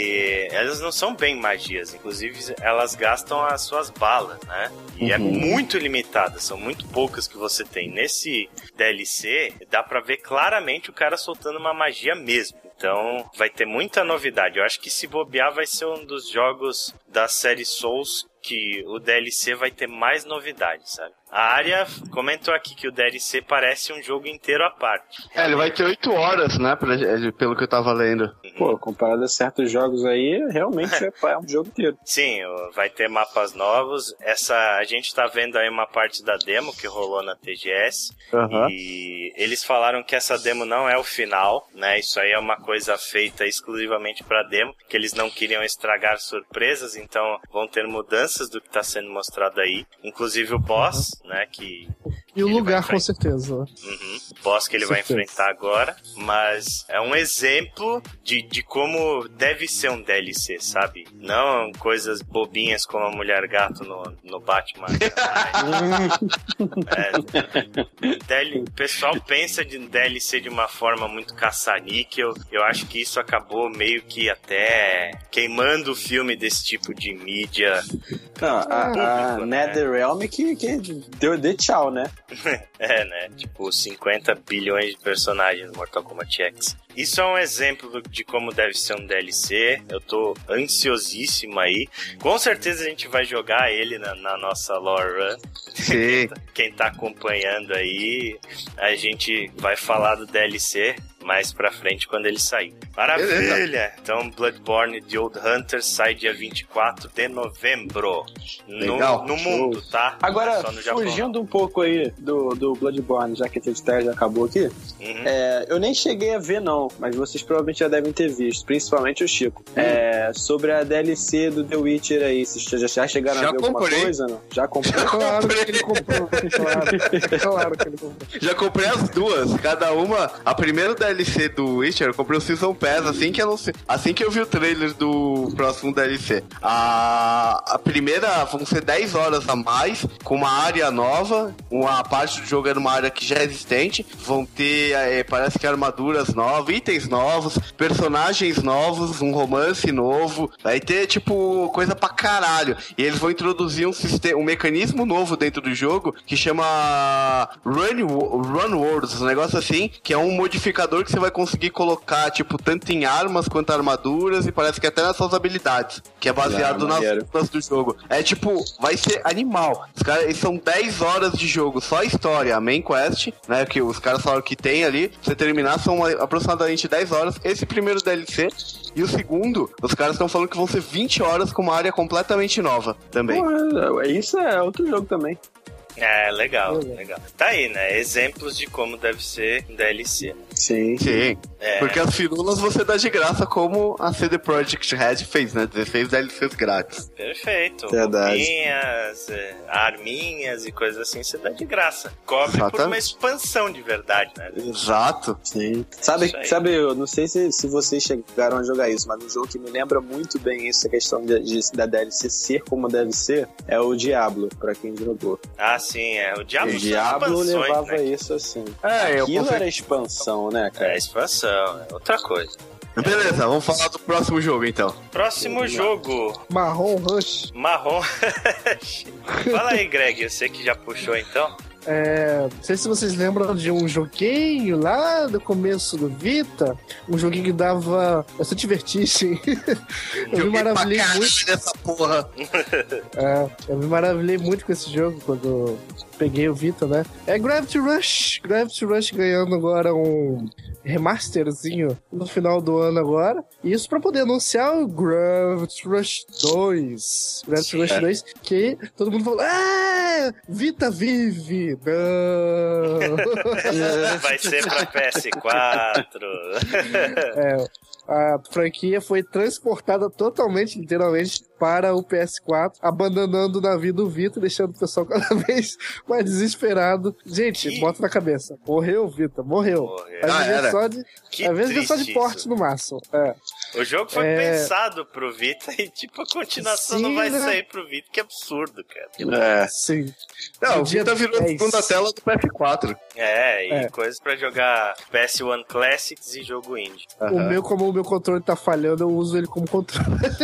E elas não são bem magias, inclusive elas gastam as suas balas, né? E uhum. é muito limitada, são muito poucas que você tem. Nesse D L C, dá pra ver claramente o cara soltando uma magia mesmo. Então, vai ter muita novidade. Eu acho que se bobear vai ser um dos jogos da série Souls que o D L C vai ter mais novidades, sabe? A Arya comentou aqui que o D L C parece um jogo inteiro à parte. É, ele vai ter oito horas, né? Pelo que eu tava lendo. Uhum. pô, comparado a certos jogos aí, realmente é, é um jogo inteiro. Sim, vai ter mapas novos. Essa, a gente tá vendo aí uma parte da demo que rolou na T G S. Uhum. E eles falaram que essa demo não é o final, né? Isso aí é uma coisa feita exclusivamente pra demo, que eles não queriam estragar surpresas, então vão ter mudanças do que tá sendo mostrado aí. Inclusive o boss, uhum. né? Que e o lugar, com certeza. Uhum. O boss que ele vai enfrentar agora. Mas é um exemplo de, de como deve ser um D L C, sabe? Não coisas bobinhas como a Mulher Gato no, no Batman. é, o pessoal pensa de D L C de uma forma muito caça-níquel. Eu acho que isso acabou meio que até queimando o filme desse tipo de mídia. Não, a, público, a né? NetherRealm que, que deu de tchau, né? É, né? Tipo, cinquenta bilhões de personagens no Mortal Kombat X. Isso é um exemplo de como deve ser um D L C. Eu tô ansiosíssimo aí. Com certeza a gente vai jogar ele na, na nossa lore run. Sim. Quem tá acompanhando aí, a gente vai falar do D L C mais pra frente quando ele sair. Maravilha! Beleza. Então, Bloodborne The Old Hunters sai dia vinte e quatro de novembro. No, no mundo, tá? Agora, só no Japão. Fugindo um pouco aí do, do Bloodborne, já que a Twitter já acabou aqui, uhum. é, eu nem cheguei a ver não, mas vocês provavelmente já devem ter visto, principalmente o Chico. Uhum. É, sobre a D L C do The Witcher aí, vocês já, já chegaram já a ver comprei. alguma coisa? Não? Já comprou? Claro que ele comprou. Claro, claro que ele comprou. Já comprei as duas, cada uma. A primeira D L C do Witcher, eu comprei o Season Pass assim que, anunci... assim que eu vi o trailer do próximo D L C. A, a primeira vão ser dez horas a mais, com uma área nova, uma parte do jogo era uma área que já é existente, vão ter, é, parece que armaduras novas, itens novos, personagens novos, um romance novo, vai ter, tipo, coisa pra caralho. E eles vão introduzir um, sistema, um mecanismo novo dentro do jogo que chama Run, Run Worlds, um negócio assim, que é um modificador que você vai conseguir colocar, tipo, tanto em armas quanto armaduras e parece que até nas suas habilidades, que é baseado nas lutas do jogo. É tipo, vai ser animal. Os caras, são dez horas de jogo, só a história, a main quest, né, que os caras falaram que tem ali, pra você terminar, são aproximadamente dez horas. Esse primeiro D L C e o segundo, os caras estão falando que vão ser vinte horas com uma área completamente nova também. Pô, isso é outro jogo também. É, legal, uhum. legal. Tá aí, né? Exemplos de como deve ser D L C. Sim. Sim. É. Porque as firulas você dá de graça, como a C D Projekt Red fez, né? dezesseis D L Cs grátis. Perfeito. Verdade. Roupinhas, arminhas e coisas assim, você dá de graça. Cobre Exatamente. Por uma expansão de verdade, né? Exato. Sim. Sabe, sabe, eu não sei se, se vocês chegaram a jogar isso, mas um jogo que me lembra muito bem isso, a questão de, de, da D L C ser como deve ser, é o Diablo, pra quem jogou. Ah, sim, é. O Diablo, o Diablo levava né? isso assim. É, Aquilo eu era expansão, né, cara? É expansão, é outra coisa. Beleza, vamos falar do próximo jogo, então. Próximo jogo. Marrom Rush. Marrom Rush. Fala aí, Greg, eu sei que já puxou, então. É, não sei se vocês lembram de um joguinho lá do começo do Vita, um joguinho que dava bastante vertigem. Eu me maravilhei muito dessa porra. É, eu me maravilhei muito com esse jogo quando peguei o Vita, né? É Gravity Rush. Gravity Rush ganhando agora um remasterzinho no final do ano agora. E isso pra poder anunciar o Gravity Rush dois. Gravity Sim, Rush é. dois, que todo mundo falou, ah, Vita vive. Não. Vai ser pra P S quatro. É, a franquia foi transportada totalmente, literalmente, para o P S quatro, abandonando o navio do Vita, deixando o pessoal cada vez mais desesperado. Gente, que... bota na cabeça. Morreu o Vita, morreu. morreu. Às vezes ah, só de, às vezes só de porte no máximo. É. O jogo foi é... pensado pro Vita e, tipo, a continuação Sim, não vai né? sair pro Vita, que absurdo, cara. É. Sim. Não, o Vita virou a segunda tela do P S quatro. É, e é. coisas pra jogar P S um Classics e jogo indie. Uhum. O meu, como o meu controle tá falhando, eu uso ele como controle.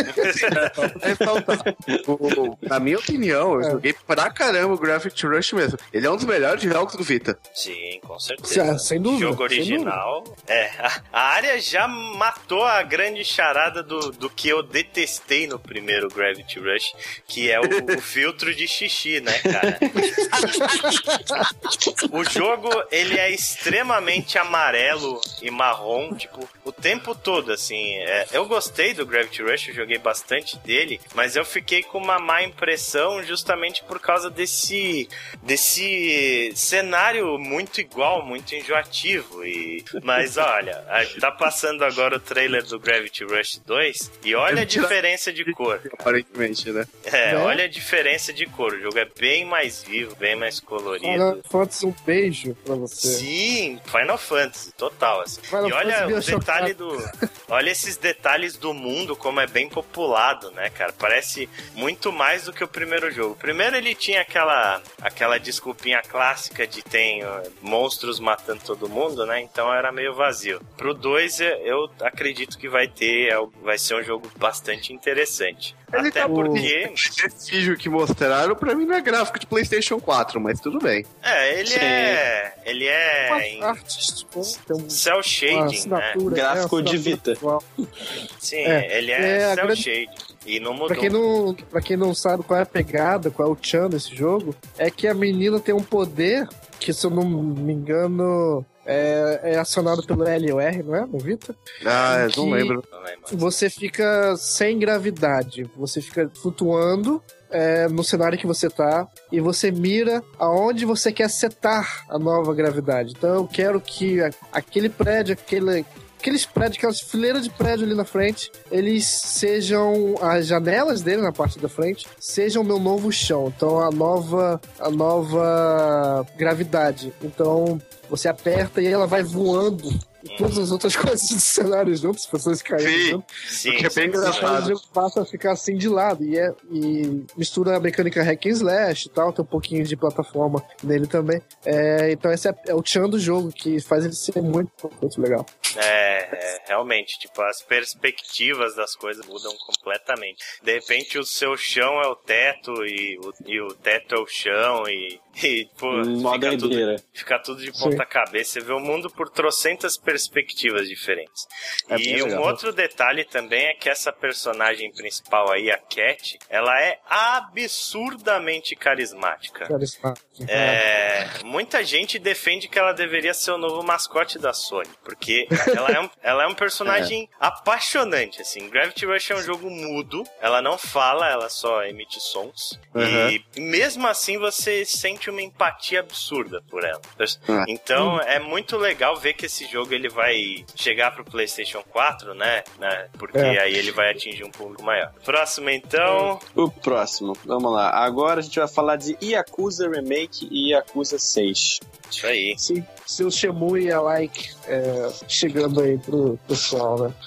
o, na minha opinião, eu é. joguei pra caramba o Gravity Rush mesmo. Ele é um dos melhores jogos do Vita. Sim, com certeza. Sem dúvida. O jogo original. É, a, a área já matou a grande grande charada do, do que eu detestei no primeiro Gravity Rush, que é o, o filtro de xixi, né, cara? O jogo, ele é extremamente amarelo e marrom, tipo, o tempo todo, assim. É, eu gostei do Gravity Rush, eu joguei bastante dele, mas eu fiquei com uma má impressão justamente por causa desse, desse cenário muito igual, muito enjoativo. E, mas olha, tá passando agora o trailer do Gravity Rush dois e olha a diferença de cor. Aparentemente, né? É, é, olha a diferença de cor. O jogo é bem mais vivo, bem mais colorido. Final Fantasy, um beijo pra você. Sim, Final Fantasy, total. Assim. Final e olha o Fantasy detalhe do. Olha esses detalhes do mundo, como é bem populado, né, cara? Parece muito mais do que o primeiro jogo. O primeiro ele tinha aquela, aquela desculpinha clássica de tem uh, monstros matando todo mundo, né? Então era meio vazio. Pro dois eu acredito que vai ter, vai ser um jogo bastante interessante. Ele Até tá porque... Esse vídeo que mostraram, pra mim, não é gráfico de PlayStation quatro, mas tudo bem. É, ele Sim. é... Ele é... Em... artístico, tem um, cell shading, né? Gráfico é, de Vita. Sim, É, ele é, é a cell grande- shading. E não mudou. Pra quem não, pra quem não sabe qual é a pegada, qual é o tchan desse jogo, é que a menina tem um poder que, se eu não me engano, é, é acionado pelo L O R, não é, no Vita? Ah, eu não Que- lembro. Não lembro. Você fica sem gravidade, você fica flutuando é, no cenário que você tá e você mira aonde você quer setar a nova gravidade. Então eu quero que a- aquele prédio, aquele... Aqueles prédios, aquelas fileiras de prédio ali na frente, eles sejam, as janelas dele na parte da frente, sejam o meu novo chão. Então a nova, a nova gravidade. Então você aperta e ela vai voando. E todas as outras coisas do cenário junto, as pessoas caindo Sim. junto. Sim, Porque é bem sim, engraçado. O jogo passa a ficar assim de lado e, é, e mistura a mecânica hack and slash e tal, tem um pouquinho de plataforma nele também. É, então esse é, é o tchan do jogo, que faz ele ser muito, muito legal. É, é, realmente, tipo, as perspectivas das coisas mudam completamente. De repente o seu chão é o teto e o, e o teto é o chão e, e pô, Uma fica tudo, doideira. fica tudo de ponta cabeça. Você vê o mundo por trocentas perspectivas diferentes. É e bem um legal. outro detalhe também é que essa personagem principal aí, a Cat, ela é absurdamente carismática. Carismático. É, muita gente defende que ela deveria ser o novo mascote da Sony, porque ela é um, ela é um personagem apaixonante, assim. Gravity Rush é um jogo mudo, ela não fala, ela só emite sons, Uhum. e mesmo assim você sente uma empatia absurda por ela. Ah. Então é muito legal ver que esse jogo ele vai chegar pro PlayStation quatro, né? né? Porque É. aí ele vai atingir um público maior. Próximo então... O próximo, vamos lá. Agora a gente vai falar de Yakuza Remake e Yakuza seis. Isso aí. Sim, seu Shemui e a like é, chegando aí pro pessoal, né?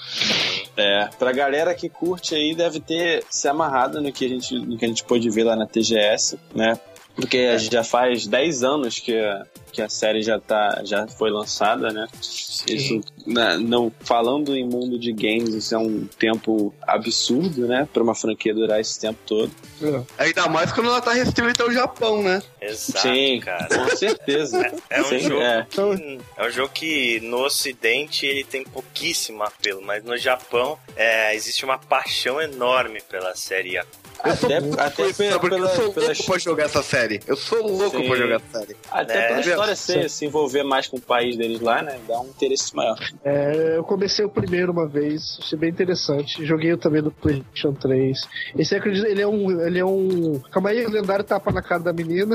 É, pra galera que curte aí, deve ter se amarrado no que a gente, no que a gente pôde ver lá na T G S, né? Porque já faz dez anos que a, que a série já, tá, já foi lançada, né? Isso, né, não, falando em mundo de games, isso é um tempo absurdo, né? Pra uma franquia durar esse tempo todo. É. Ainda mais quando ela tá restrita ao Japão, né? Exato, Sim, cara. com certeza. É um Sim, jogo é. que, é um jogo que no Ocidente ele tem pouquíssimo apelo, mas no Japão é, existe uma paixão enorme pela série Yakuza. Eu sou Até, louco, até por isso, pela, sabe? Porque pela, eu sou pela, louco pra jogar essa série. Eu sou louco Sim. pra jogar essa série. até É. pela história ser, se envolver mais com o país deles lá, né? Dá um interesse maior. É, eu comecei o primeiro uma vez, achei bem interessante. Joguei também do PlayStation três. Esse eu acredito, ele é um. Ele é um. Calma aí, o lendário tapa na cara da menina.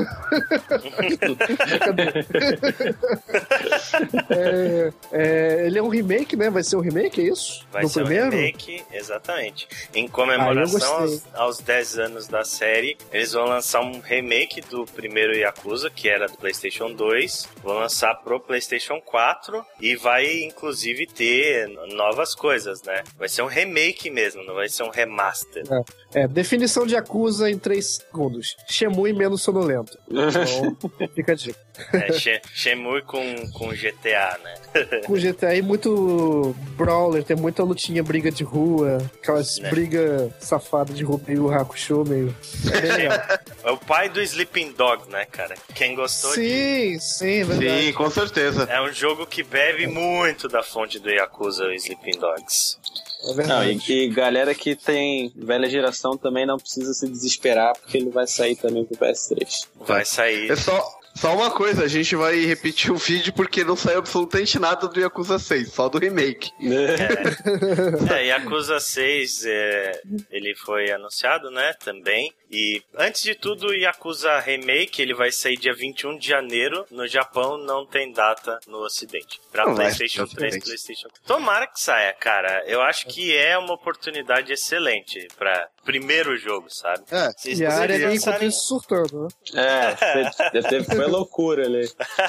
Cadê? é, é, ele é um remake, né? Vai ser um remake, é isso? Vai Do ser primeiro? um remake, exatamente. Em Ah, comemoração eu aos, gostei. aos dez anos da série, eles vão lançar um remake do primeiro Yakuza, que era do PlayStation dois. Vão lançar pro PlayStation quatro e vai, inclusive, ter novas coisas, né? Vai ser um remake mesmo, não vai ser um remaster. É, definição de Yakuza em três segundos. Shemui menos sonolento. Então, fica a dica. É, She- Shenmue com, com G T A, né? Com G T A aí muito brawler, tem muita lutinha, briga de rua, aquelas Né. briga safada de Rubio Hakusho meio. É bem legal. É o pai do Sleeping Dogs, né, cara? Quem gostou de... Sim, sim, é verdade. Sim, com certeza. É um jogo que bebe muito da fonte do Yakuza, o Sleeping Dogs. É verdade. Não, e que galera que tem velha geração também não precisa se desesperar, porque ele vai sair também pro P S três. Vai sair. É só... Só uma coisa, a gente vai repetir o vídeo porque não saiu absolutamente nada do Yakuza seis, só do remake. É, é Yakuza seis, é, ele foi anunciado, né, também. E, antes de tudo, o Yakuza Remake, ele vai sair dia vinte e um de janeiro. No Japão, não tem data no Ocidente. Pra Não PlayStation três, PlayStation quatro. Tomara que saia, cara. Eu acho que é uma oportunidade excelente pra primeiro jogo, sabe? É, Vocês e a área lançarem... enquanto isso surtando, né? É, teve, foi loucura ali.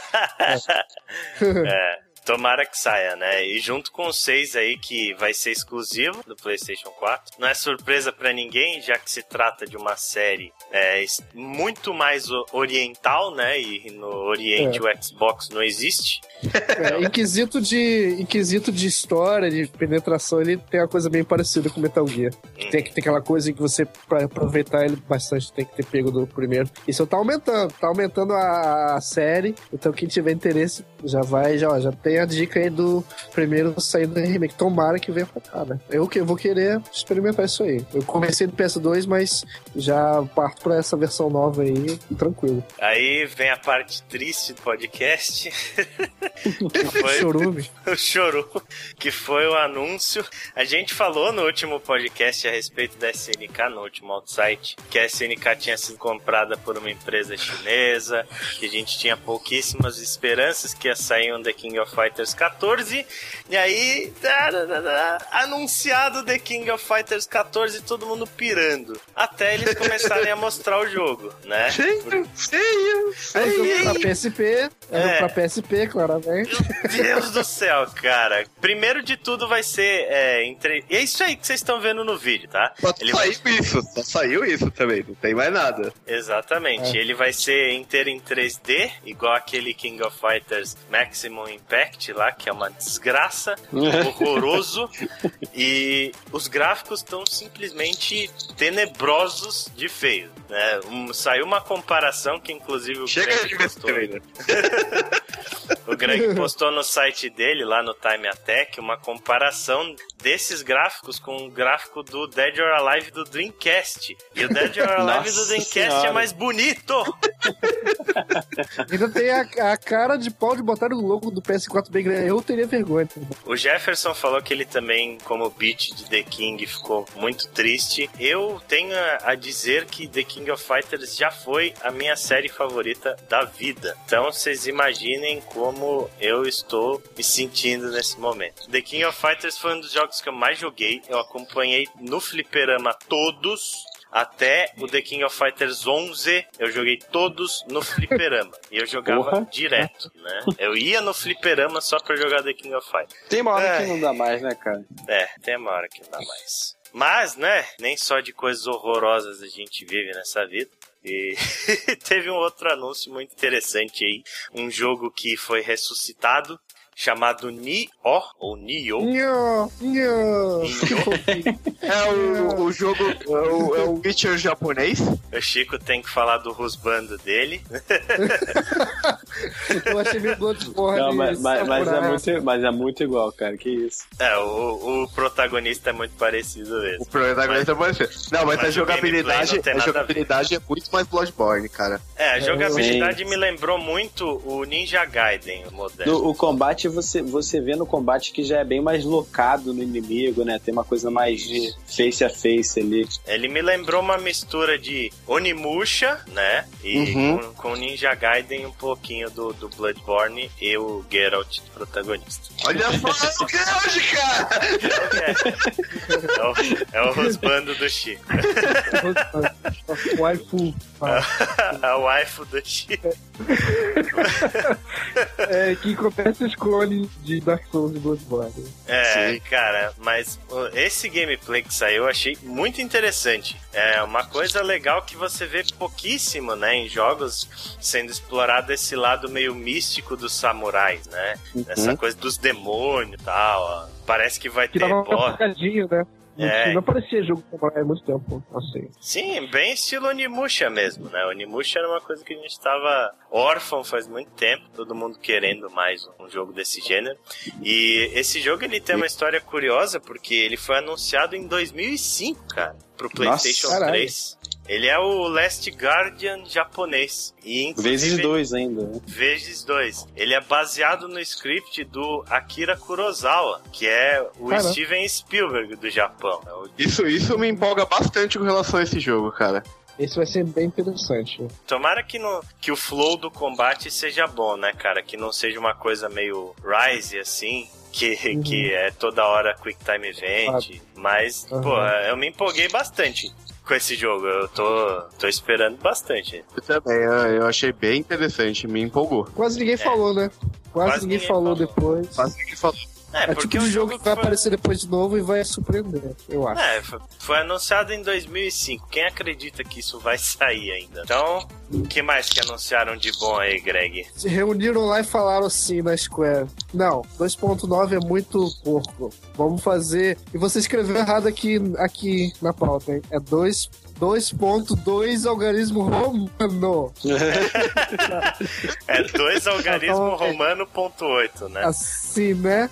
É. Tomara que saia, né? E junto com o seis aí, que vai ser exclusivo do PlayStation quatro. Não é surpresa pra ninguém, já que se trata de uma série é, muito mais oriental, né? E no Oriente é. o Xbox não existe. É, em, quesito de, em quesito de história, de penetração, ele tem uma coisa bem parecida com Metal Gear. Hum. Tem, tem aquela coisa que você, pra aproveitar ele bastante, tem que ter pego do primeiro. Isso tá aumentando, tá aumentando a, a série. Então quem tiver interesse já vai, já, ó, já tem a dica aí do primeiro sair do remake. Tomara que venha pra cá, né? Eu, eu vou querer experimentar isso aí. Eu comecei no P S dois, mas já parto pra essa versão nova aí, tranquilo. Aí vem a parte triste do podcast. Que foi Chorume. O chorume, que foi o anúncio. A gente falou no último podcast a respeito da S N K, no último outsite, que a S N K tinha sido comprada por uma empresa chinesa, que a gente tinha pouquíssimas esperanças que ia sair um The King of Fighters quatorze, e aí anunciado The King of Fighters quatorze, todo mundo pirando, até eles começarem a mostrar o jogo, né? Feio, feio, feio. Pra P S P, era é. pra P S P, claramente. Meu Deus do céu, cara. Primeiro de tudo vai ser é, entre... E é isso aí que vocês estão vendo no vídeo, tá? Só Ele saiu vai... isso, só saiu isso também, não tem mais nada. Exatamente. É. Ele vai ser inteiro em três D, igual aquele King of Fighters Maximum Impact lá, que é uma desgraça, horroroso. E os gráficos estão simplesmente tenebrosos de feio, né? Um, saiu uma comparação que inclusive o Chega Greg de postou. ver, O Greg postou no site dele, lá no Time Attack, uma comparação desses gráficos com o gráfico do Dead or Alive do Dreamcast. E o Dead or Alive do Dreamcast senhora. é mais bonito! Ainda tem a, a cara de pau de botar o logo do P S quatro bem grande. Eu teria vergonha. O Jefferson falou que ele também, como beat de The King, ficou muito triste. Eu tenho a dizer que The King of Fighters já foi a minha série favorita da vida. Então vocês imaginem como eu estou me sentindo nesse momento. The King of Fighters foi um dos jogos que eu mais joguei. Eu acompanhei no fliperama todos. Até o The King of Fighters onze, eu joguei todos no fliperama. E eu jogava Porra. direto, né? Eu ia no fliperama só pra jogar The King of Fighters. Tem uma hora é. que não dá mais, né, cara? É, tem uma hora que não dá mais. Mas, né, nem só de coisas horrorosas a gente vive nessa vida. E teve um outro anúncio muito interessante aí. Um jogo que foi ressuscitado, chamado Nioh, ou Nioh. Nioh, Nioh. É o, o jogo, é o, é o Witcher japonês. O Chico tem que falar do rusbando dele. Eu achei meio Bloodborne. Não, mas, mas, mas, é muito, mas é muito igual, cara, que isso. É, o, o protagonista é muito parecido mesmo. O protagonista mas, é parecido. Não, mas, mas a jogabilidade, a jogabilidade é muito mais Bloodborne, cara. É, a jogabilidade é, me lembrou muito o Ninja Gaiden, o moderno. No, o combate, você, você vê no combate que já é bem mais locado no inimigo, né? Tem uma coisa mais de face a face ali. Ele me lembrou uma mistura de Onimusha, né? E uhum. com, com Ninja Gaiden um pouquinho do, do Bloodborne e o Geralt protagonista. Olha só o que é hoje, cara! É o, é o rusbando do Chico. O waifu. A waifu do Chico. É, que acontece os clones de Dark Souls e Bloodborne. É, Sim. cara, mas esse gameplay que saiu eu achei muito interessante. É uma coisa legal que você vê pouquíssimo, né, em jogos sendo explorado esse lado meio místico dos samurais, né? Uhum. Essa coisa dos demônios e tal, ó. Parece que vai que ter boss. Né? É. Não parecia jogo há muito tempo, assim. Sim, bem estilo Onimusha mesmo, né? Onimusha era uma coisa que a gente tava órfão faz muito tempo, todo mundo querendo mais um jogo desse gênero. E esse jogo, ele tem uma história curiosa, porque ele foi anunciado em dois mil e cinco, cara, pro PlayStation Nossa, três. Ele é o Last Guardian japonês. E, vezes dois ainda. Né? Vezes dois. Ele é baseado no script do Akira Kurosawa, que é o Caramba. Steven Spielberg do Japão. Isso, isso me empolga bastante com relação a esse jogo, cara. Esse vai ser bem interessante. Tomara que, no, que o flow do combate seja bom, né, cara? Que não seja uma coisa meio Rise, assim, que, uhum. que é toda hora Quick Time Event. Ah. Mas, uhum. pô, eu me empolguei bastante com esse jogo. Eu tô, tô esperando bastante. Eu também, eu achei bem interessante, me empolgou. Quase ninguém é. falou, né? Quase, Quase ninguém, ninguém falou, falou depois. Quase ninguém falou. É, é tipo de jogo que vai foi... aparecer depois de novo e vai surpreender, eu acho. É, foi, foi anunciado em dois mil e cinco. Quem acredita que isso vai sair ainda? Então, o que mais que anunciaram de bom aí, Greg? Se reuniram lá e falaram assim na Square: não, dois ponto nove é muito porco. Vamos fazer... E você escreveu errado aqui, aqui na pauta, hein? É dois... dois ponto dois algarismo romano. É dois algarismo romano ponto oito, né? Assim, né?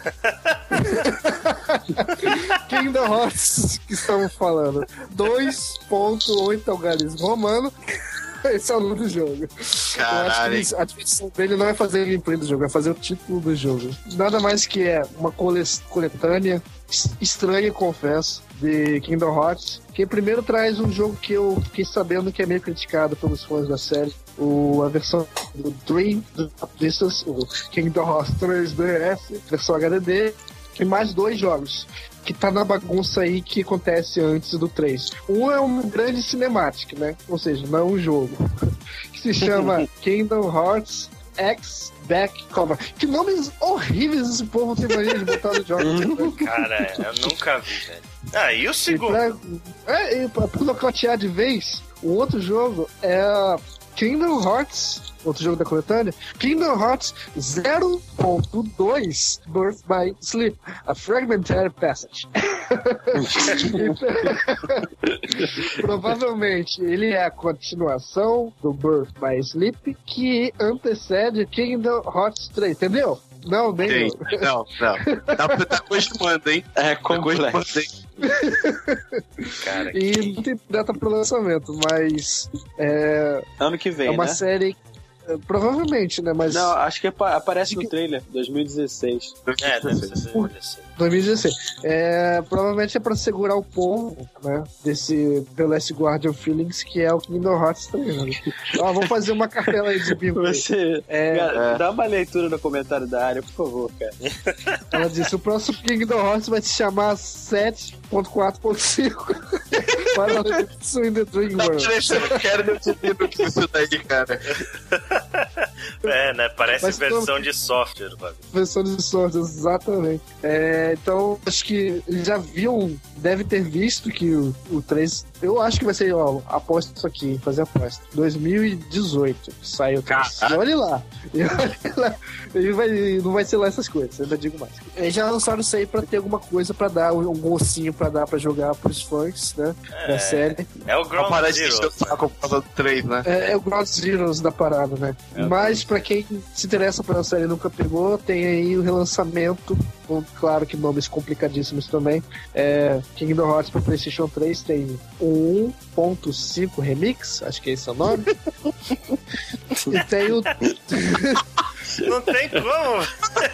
Kingdom Hearts que estamos falando. dois ponto oito algarismo romano. Esse é o nome do jogo. Caralho. Eu acho que a diversão dele não é fazer gameplay do jogo, é fazer o título do jogo. Nada mais que é uma coletânea estranha, confesso, de Kingdom Hearts, que primeiro traz um jogo que eu fiquei sabendo que é meio criticado pelos fãs da série, o, a versão do Dream Princess, o Kingdom Hearts três D S, versão H D D, e mais dois jogos que tá na bagunça aí que acontece antes do três. Um é um grande cinematic, né? Ou seja, não é um jogo. Que se chama Kingdom Hearts X Back Cover. Que nomes horríveis esse povo tem mania de botar no jogo. Cara, eu nunca vi, velho. Ah, e o segundo? E pra, é, e pra, pra nocautear de vez, o outro jogo é Kingdom Hearts, outro jogo da coletânea, Kingdom Hearts zero ponto dois Birth by Sleep, a Fragmentary Passage. Provavelmente ele é a continuação do Birth by Sleep que antecede Kingdom Hearts três, entendeu? Não, bem não. Não, não. Tá, tá continuando, hein? É complexo. Cara, e que... não tem data pro lançamento, mas é, ano que vem, é uma né? série, provavelmente, né? Mas não, acho que aparece no trailer, dois mil e dezesseis. É, deve ser dois mil e dezesseis. É, provavelmente é pra segurar o povo, né? Desse The Last Guardian Feelings, que é o Kingdom Hearts três. Né? Ó, vamos fazer uma cartela aí de bingo. Você, é, cara, é. Dá uma leitura no comentário da área, por favor, cara. Ela disse: o próximo Kingdom Hearts vai se chamar sete ponto quatro ponto cinco. Para in the Dream World. Eu quero decidir o que isso daí, cara. É, né? Parece Mas versão tô... de software, Fábio. Versão de software, exatamente. É, então, acho que eles já viam, deve ter visto que o, o três. Eu acho que vai ser, ó, aposta isso aqui, fazer aposta. dois mil e dezoito saiu o três. E olha lá. E olha lá. Ele vai, não vai ser lá essas coisas, eu ainda digo mais. Eles já lançaram isso aí pra ter alguma coisa pra dar, um gostinho pra dar pra jogar pros fãs, né? É, da série. É o Ground Zero. Do três, né? É, é o Ground Zero da parada, né? É, mas pra quem se interessa pela série e nunca pegou, tem aí o relançamento, com, claro que nomes complicadíssimos também. É, Kingdom Hearts pra PlayStation três tem o um ponto cinco Remix, acho que esse é o nome. E tem o... Não tem como.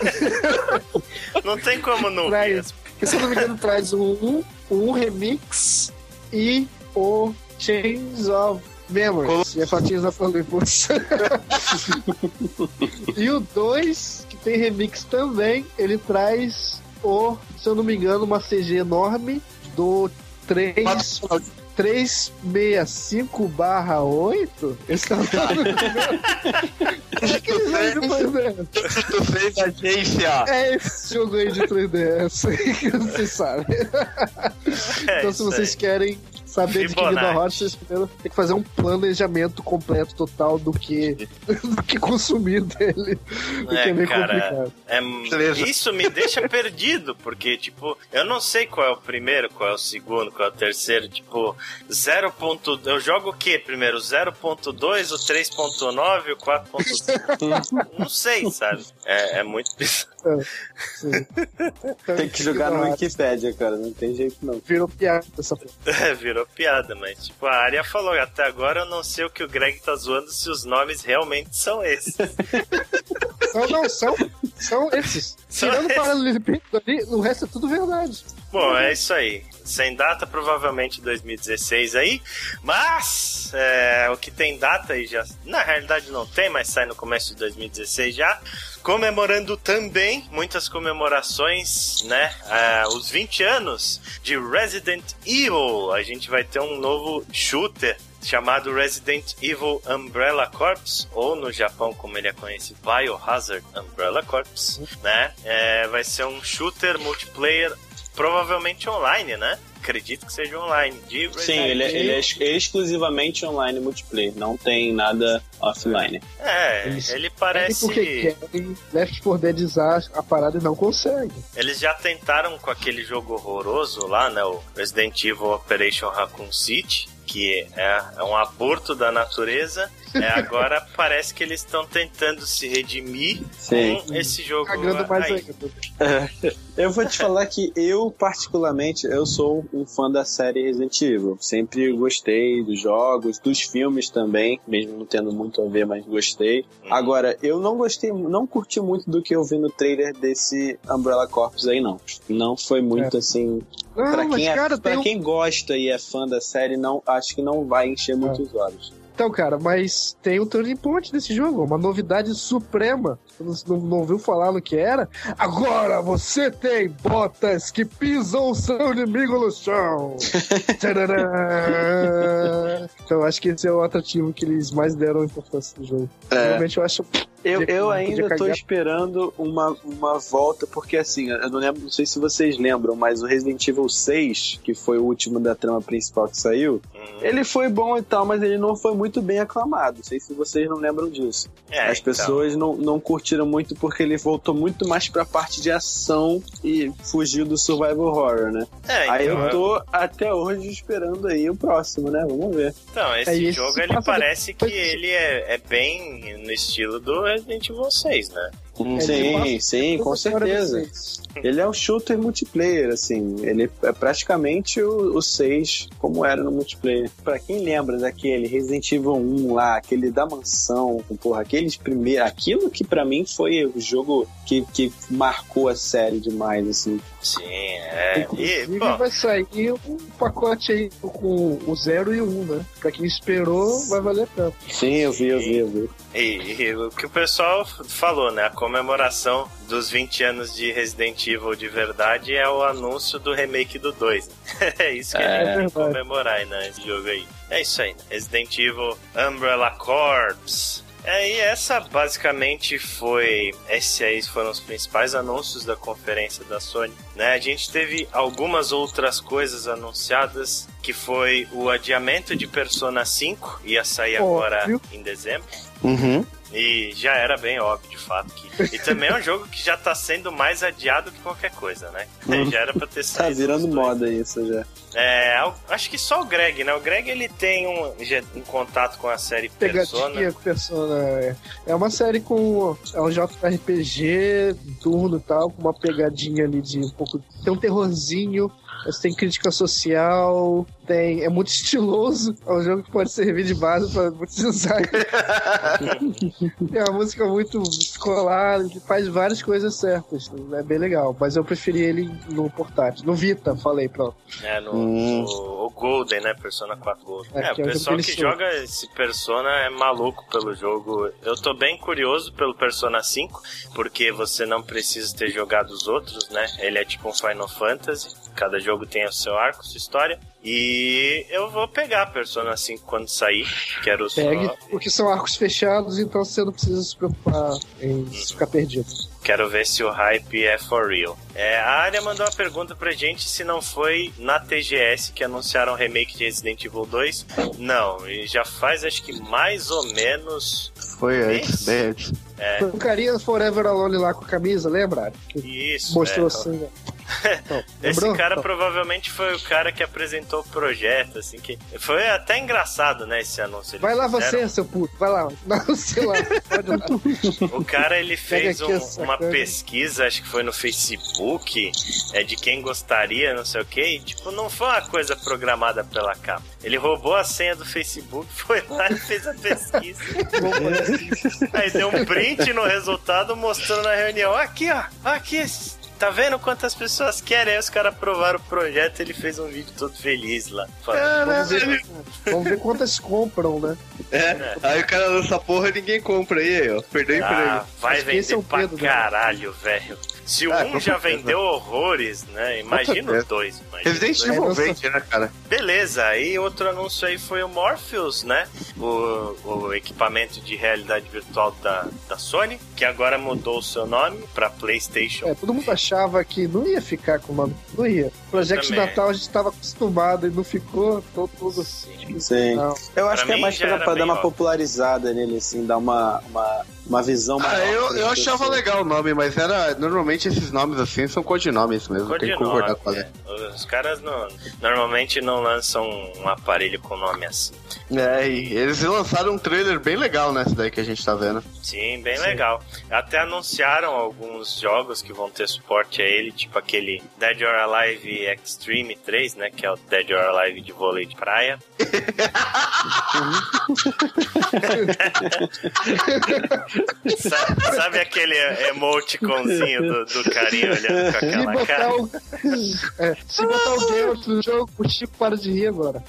Não tem como não. Traz, se eu não me engano, traz o um, o um Remix e o Chains of Memories. E a Chains of Olympus. E o dois, que tem remix também, ele traz o, se eu não me engano, uma C G enorme do três... trezentos e sessenta e cinco barra oito? Esse é o nome do que eles É esse jogo aí de três D S que vocês sabem. É, então, se vocês aí. querem saber de que vida horror, vocês primeiro tem que fazer um planejamento completo, total do que, do que consumir dele. O é, que é meio cara, complicado. É, isso me deixa perdido, porque, tipo, eu não sei qual é o primeiro, qual é o segundo, qual é o terceiro, tipo, zero. Eu jogo o que primeiro? zero ponto dois, o três ponto nove, o quatro ponto cinco? Não sei, sabe? É, é muito bizarro. É, tem que jogar no Wikipédia, cara, não tem jeito não. Virou piada essa porra. É, virou piada, mas tipo, a Arya falou, até agora eu não sei o que o Greg tá zoando, se os nomes realmente são esses. Não, não, são, são esses. São Tirando o paralelepípedo ali, o resto é tudo verdade. Bom, é isso aí. Sem data, provavelmente dois mil e dezesseis aí, mas é, o que tem data aí já, na realidade não tem, mas sai no começo de dois mil e dezesseis já, comemorando também muitas comemorações, né, é, os vinte anos de Resident Evil. A gente vai ter um novo shooter chamado Resident Evil Umbrella Corps, ou no Japão como ele é conhecido, Biohazard Umbrella Corps, né, é, vai ser um shooter multiplayer, provavelmente online, né? Acredito que seja online. De Sim, ele é, ele é exclusivamente online multiplayer. Não tem nada offline. É, eles ele parece... Porque querem Left four Deadizar a parada e não consegue. Eles já tentaram com aquele jogo horroroso lá, né? O Resident Evil Operation Raccoon City, que é, é um aborto da natureza. É, agora parece que eles estão tentando se redimir Sim. com esse jogo Cagando mais aí. É, eu vou te falar que eu, particularmente, eu sou um fã da série Resident Evil. Sempre gostei dos jogos, dos filmes também, mesmo não tendo muito a ver, mas gostei. Hum. Agora, eu não gostei, não curti muito do que eu vi no trailer desse Umbrella Corps aí, não. Não foi muito é. assim... Não, pra quem, é, cara, pra um... quem gosta e é fã da série, não, acho que não vai encher é. muito os olhos. Então, cara, mas tem um turning point nesse jogo, uma novidade suprema. Você não, não ouviu falar no que era? Agora você tem botas que pisam o seu inimigo no chão. Então, acho que esse é o atrativo que eles mais deram importância no jogo. É. Realmente eu acho... Eu, eu ainda tô esperando uma, uma volta, porque assim, eu não lembro, não sei se vocês lembram, mas o Resident Evil seis, que foi o último da trama principal que saiu, uhum. ele foi bom e tal, mas ele não foi muito bem aclamado. Não sei se vocês não lembram disso. É, As então. pessoas não, não curtiram muito porque ele voltou muito mais pra parte de ação e fugiu do survival horror, né? É, então, aí eu tô eu... até hoje esperando aí o próximo, né? Vamos ver. Então, esse é, jogo ele parece que ele é, é bem no estilo do Resident Evil seis, né? Hum, sim, sim, com certeza. Ele é um shooter multiplayer, assim. Ele é praticamente o, o seis, como era no multiplayer. Pra quem lembra daquele Resident Evil um lá, aquele da mansão, porra, aqueles primeiros... Aquilo que pra mim foi o jogo que, que marcou a série demais, assim. Sim, é. Inclusive e, vai sair um pacote aí com o zero e o um, né? Pra quem esperou, vai valer a pena. Sim, eu vi, eu vi, eu vi. E, e o que o pessoal falou, né? A comemoração dos vinte anos de Resident Evil de verdade é o anúncio do remake do dois. É isso que é, a gente tem que comemorar, né? Esse jogo aí. É isso aí, né? Resident Evil Umbrella Corps. É, e essa basicamente foi... Esses aí foram os principais anúncios da conferência da Sony, né? A gente teve algumas outras coisas anunciadas, que foi o adiamento de Persona cinco, ia sair oh, agora viu? em dezembro. Uhum. E já era bem óbvio, de fato. Que... E também é um jogo que já tá sendo mais adiado que qualquer coisa, né? Uhum. Já era pra ter saído. Tá virando moda isso já. É, acho que só o Greg, né? O Greg, ele tem um, um contato com a série Persona. Pegadinha Persona, é. É uma série com... É um J R P G, turno e tal, com uma pegadinha ali de um pouco... Tem um terrorzinho, mas tem crítica social, tem... É muito estiloso. É um jogo que pode servir de base para muitos designers. É uma música muito escolar, que faz várias coisas certas. É bem legal, mas eu preferi ele no portátil. No Vita, falei, pronto. É, no, hum. no o Golden, né? Persona quatro Golden. É, é o pessoal que joga esse Persona é maluco pelo jogo. Eu tô bem curioso pelo Persona cinco, porque você não precisa ter jogado os outros, né? Ele é tipo um Final Fantasy. Cada jogo tem o seu arco, sua história. E eu vou pegar a Persona cinco quando sair. Quero Pegue, só... porque são arcos fechados, então você não precisa se preocupar em hum. ficar perdido. Quero ver se o hype é for real. É, a Arya mandou uma pergunta pra gente se não foi na T G S que anunciaram o remake de Resident Evil dois. Não, e já faz acho que mais ou menos... Foi antes, bem antes. É. Foi o carinha Forever Alone lá com a camisa, lembra? Isso, mostrou é. assim, né? Não, Esse lembrou? cara Não. provavelmente foi o cara que apresentou o projeto, assim, que foi até engraçado, né, esse anúncio. Eles Vai lá fizeram. você, seu puto, vai lá. Não, sei lá, pode lá. O cara, ele fez Pega aqui um- essa uma câmera. pesquisa, acho que foi no Facebook, é de quem gostaria, não sei o que, e, tipo, não foi uma coisa programada pela capa. Ele roubou a senha do Facebook, foi lá e fez a pesquisa. Aí deu um print no resultado, mostrou na reunião, aqui ó, aqui, tá vendo quantas pessoas querem? Aí os caras aprovaram o projeto e ele fez um vídeo todo feliz lá. falando, Vamos ver, vamos ver quantas compram, né? É, aí o cara lança a porra e ninguém compra. E aí, ó, perdeu o Ah, emprego. vai Acho que esse vender é o pra Pedro, né? caralho, velho. Se o Ah, um com já certeza. vendeu horrores, né? Imagina certeza. os dois. Imagina Resident os dois. Evil nossa. vende, né, cara? Beleza, aí outro anúncio aí foi o Morpheus, né? O, o equipamento de realidade virtual da, da Sony, que agora mudou o seu nome pra PlayStation. É, todo mundo achava que não ia ficar com o nome. Não ia. Projeto de também. Natal a gente tava acostumado e não ficou todo tudo. Sim. Sim. Não. Eu acho Pra que é mim mais já pra, era pra dar bem uma óbvio. popularizada nele, assim, dar uma, uma, uma visão Ah, maior. eu, pras eu achava pessoas. legal o nome, mas era. Normalmente esses nomes assim são codinomes mesmo, tem que Codinome, concordar com a é. Os caras não, normalmente não lançam um aparelho com nome assim. É, e eles lançaram um trailer bem legal nessa daí que a gente tá vendo. Sim, bem legal. Até anunciaram alguns jogos que vão ter suporte a ele, tipo aquele Dead or Alive Extreme três, né? Que é o Dead or Alive de vôlei de praia. sabe, sabe aquele emoticonzinho do, do carinha olhando com Se aquela botar cara? o. É, se botar o Geralt no jogo, o Chico para de rir agora.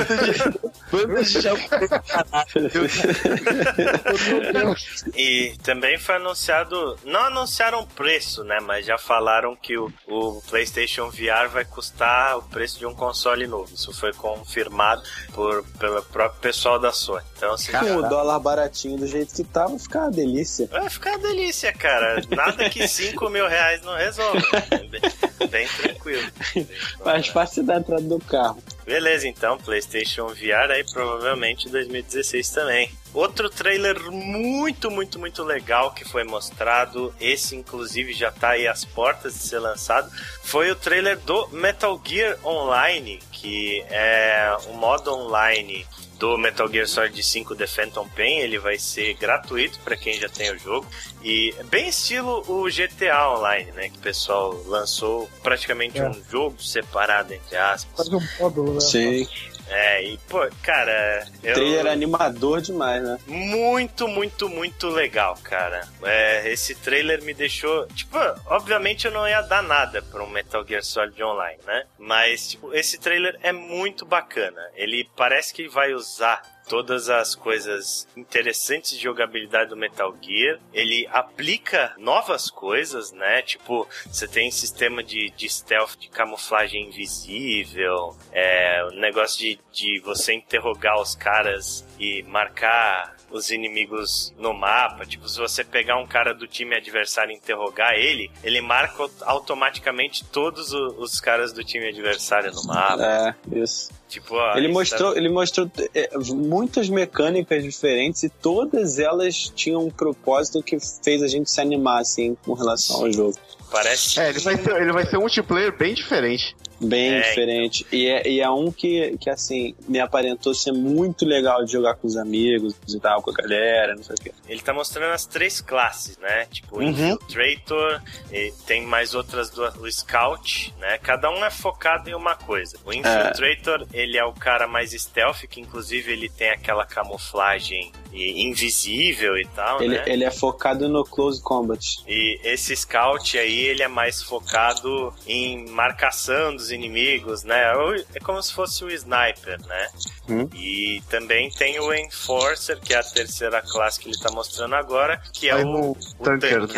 E também foi anunciado, não anunciaram preço, né? Mas já falaram que o, o PlayStation V R vai custar o preço de um console novo. Isso foi confirmado por, pelo próprio pessoal da Sony. Então, assim, Com o dólar baratinho do jeito que tá, vai ficar uma delícia. vai ficar uma delícia, cara. Nada que cinco mil reais não resolve. Bem, bem tranquilo. Faz parte da entrada do carro. Beleza, então, PlayStation V R aí provavelmente em dois mil e dezesseis também. Outro trailer muito, muito, muito legal que foi mostrado, esse inclusive já tá aí às portas de ser lançado, foi o trailer do Metal Gear Online, que é o modo online do Metal Gear Solid cinco The Phantom Pain. Ele vai ser gratuito para quem já tem o jogo e bem estilo o G T A Online, né, que o pessoal lançou praticamente É. um jogo separado, entre aspas. Faz um módulo, né? Sim. É, e pô, cara, eu... Trailer animador demais, né? muito, muito, muito legal, cara. É, esse trailer me deixou... Tipo, obviamente eu não ia dar nada pra um Metal Gear Solid Online, né? Mas, tipo, esse trailer é muito bacana. Ele parece que vai usar todas as coisas interessantes de jogabilidade do Metal Gear. Ele aplica novas coisas, né? Tipo, você tem sistema de, de stealth, de camuflagem invisível, é, o negócio de, de você interrogar os caras e marcar os inimigos no mapa. Tipo, se você pegar um cara do time adversário e interrogar ele, ele marca automaticamente todos os, os caras do time adversário no mapa. É, isso. Tipo, ó, Ele isso mostrou, tá- ele mostrou é, muitas mecânicas diferentes e todas elas tinham um propósito que fez a gente se animar, assim, com relação ao jogo. Parece... É, ele vai ser, ele vai ser um multiplayer bem diferente. Bem É, diferente. E é, e é um que, que, assim, me aparentou ser muito legal de jogar com os amigos e tal, com a galera, não sei o quê. Ele tá mostrando as três classes, né? Tipo, o Uhum. Infiltrator, e tem mais outras duas, o Scout, né? Cada um é focado em uma coisa. O Infiltrator, ele é o cara mais stealth, que inclusive ele tem aquela camuflagem e- invisível e tal, Ele, né? ele é focado no close combat. E esse Scout aí, ele é mais focado em marcação dos inimigos, né? É como se fosse o Sniper, né? Hum. E também tem o Enforcer, que é a terceira classe que ele tá mostrando agora, que é Aí o, no o Tanker, tanque. né?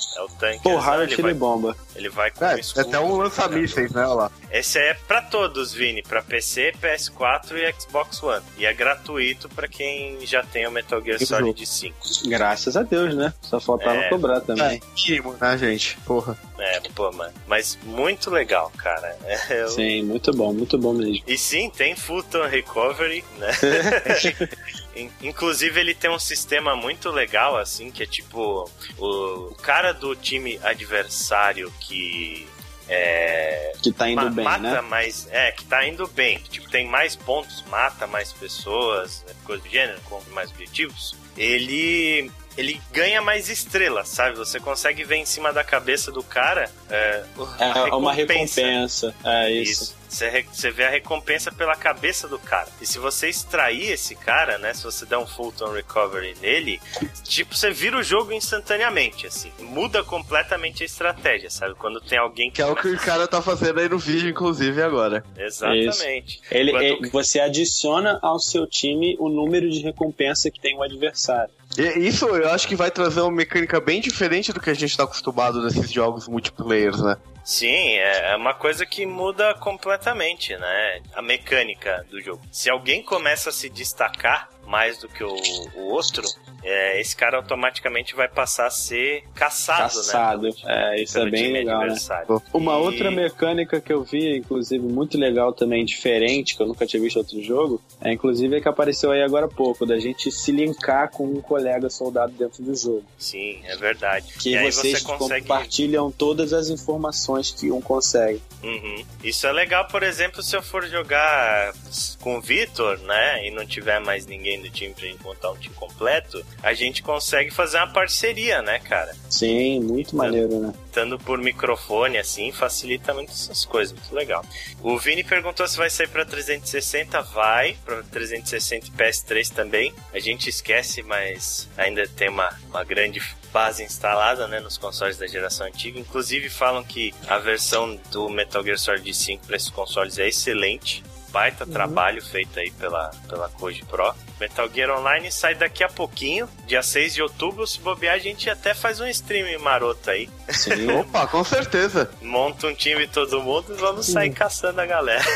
É o tanque. Porrada, ele tiro vai, e bomba. Ele vai com É, o escudo. até um lança-mísseis, né? Olha lá. Esse é pra todos, Vini. Pra P C, P S quatro e Xbox One. E é gratuito pra quem já tem o Metal Gear Que Solid jogo. cinco. Graças a Deus, né? Só faltava É. cobrar também. Mínimo, né, gente? Porra. É, pô, mano. Mas muito legal, cara. É, eu... Sim, muito bom, muito bom mesmo. E sim, tem Full-Time Recovery, né? In- Inclusive, ele tem um sistema muito legal, assim, que é tipo... O, o cara do time adversário que... É, Que tá indo ma- bem, mata né? mais, é, que tá indo bem, tipo, tem mais pontos, mata mais pessoas, coisa do gênero, com mais objetivos, ele ele ganha mais estrelas, sabe? Você consegue ver em cima da cabeça do cara é, É uma recompensa. É isso. Isso. Você, re- você vê a recompensa pela cabeça do cara. E se você extrair esse cara, né? Se você der um full-time recovery nele, tipo, você vira o jogo instantaneamente, assim. Muda completamente a estratégia, sabe? Quando tem alguém que... Que é o que o cara tá fazendo aí no vídeo, inclusive, agora. Exatamente. Ele, Quando- ele- você adiciona ao seu time o número de recompensa que tem o adversário. E isso eu acho que vai trazer uma mecânica bem diferente do que a gente tá acostumado nesses jogos multiplayers, né? Sim, é é uma coisa que muda completamente, né? A mecânica do jogo. Se alguém começa a se destacar mais do que o, o outro, é, esse cara automaticamente vai passar a ser caçado, Caçado. né? É, isso Pelo é bem time legal, né? adversário. Uma E- outra mecânica que eu vi, inclusive, muito legal também, diferente, que eu nunca tinha visto em outro jogo, é inclusive que apareceu aí agora há pouco, da gente se linkar com um colega soldado dentro do jogo. Sim, é verdade. Que e aí vocês você consegue... compartilham todas as informações que um consegue. Uhum. Isso é legal, por exemplo, se eu for jogar com o Vitor, né, e não tiver mais ninguém do time pra gente montar um time completo, a gente consegue fazer uma parceria, né, cara? Sim, muito maneiro, né? Estando por microfone, assim, facilita muito essas coisas, muito legal. O Vini perguntou se vai sair pra trezentos e sessenta, vai, pra trezentos e sessenta e P S três também. A gente esquece, mas ainda tem uma, uma grande base instalada, né, nos consoles da geração antiga. Inclusive falam que a versão do Metal Gear Solid cinco para esses consoles é excelente. Baita uhum. trabalho feito aí pela, pela Koji Pro. Metal Gear Online sai daqui a pouquinho, dia seis de outubro. Se bobear, a gente até faz um stream maroto aí. Sim. Opa, com certeza. Monta um time todo mundo e vamos sair Sim. caçando a galera.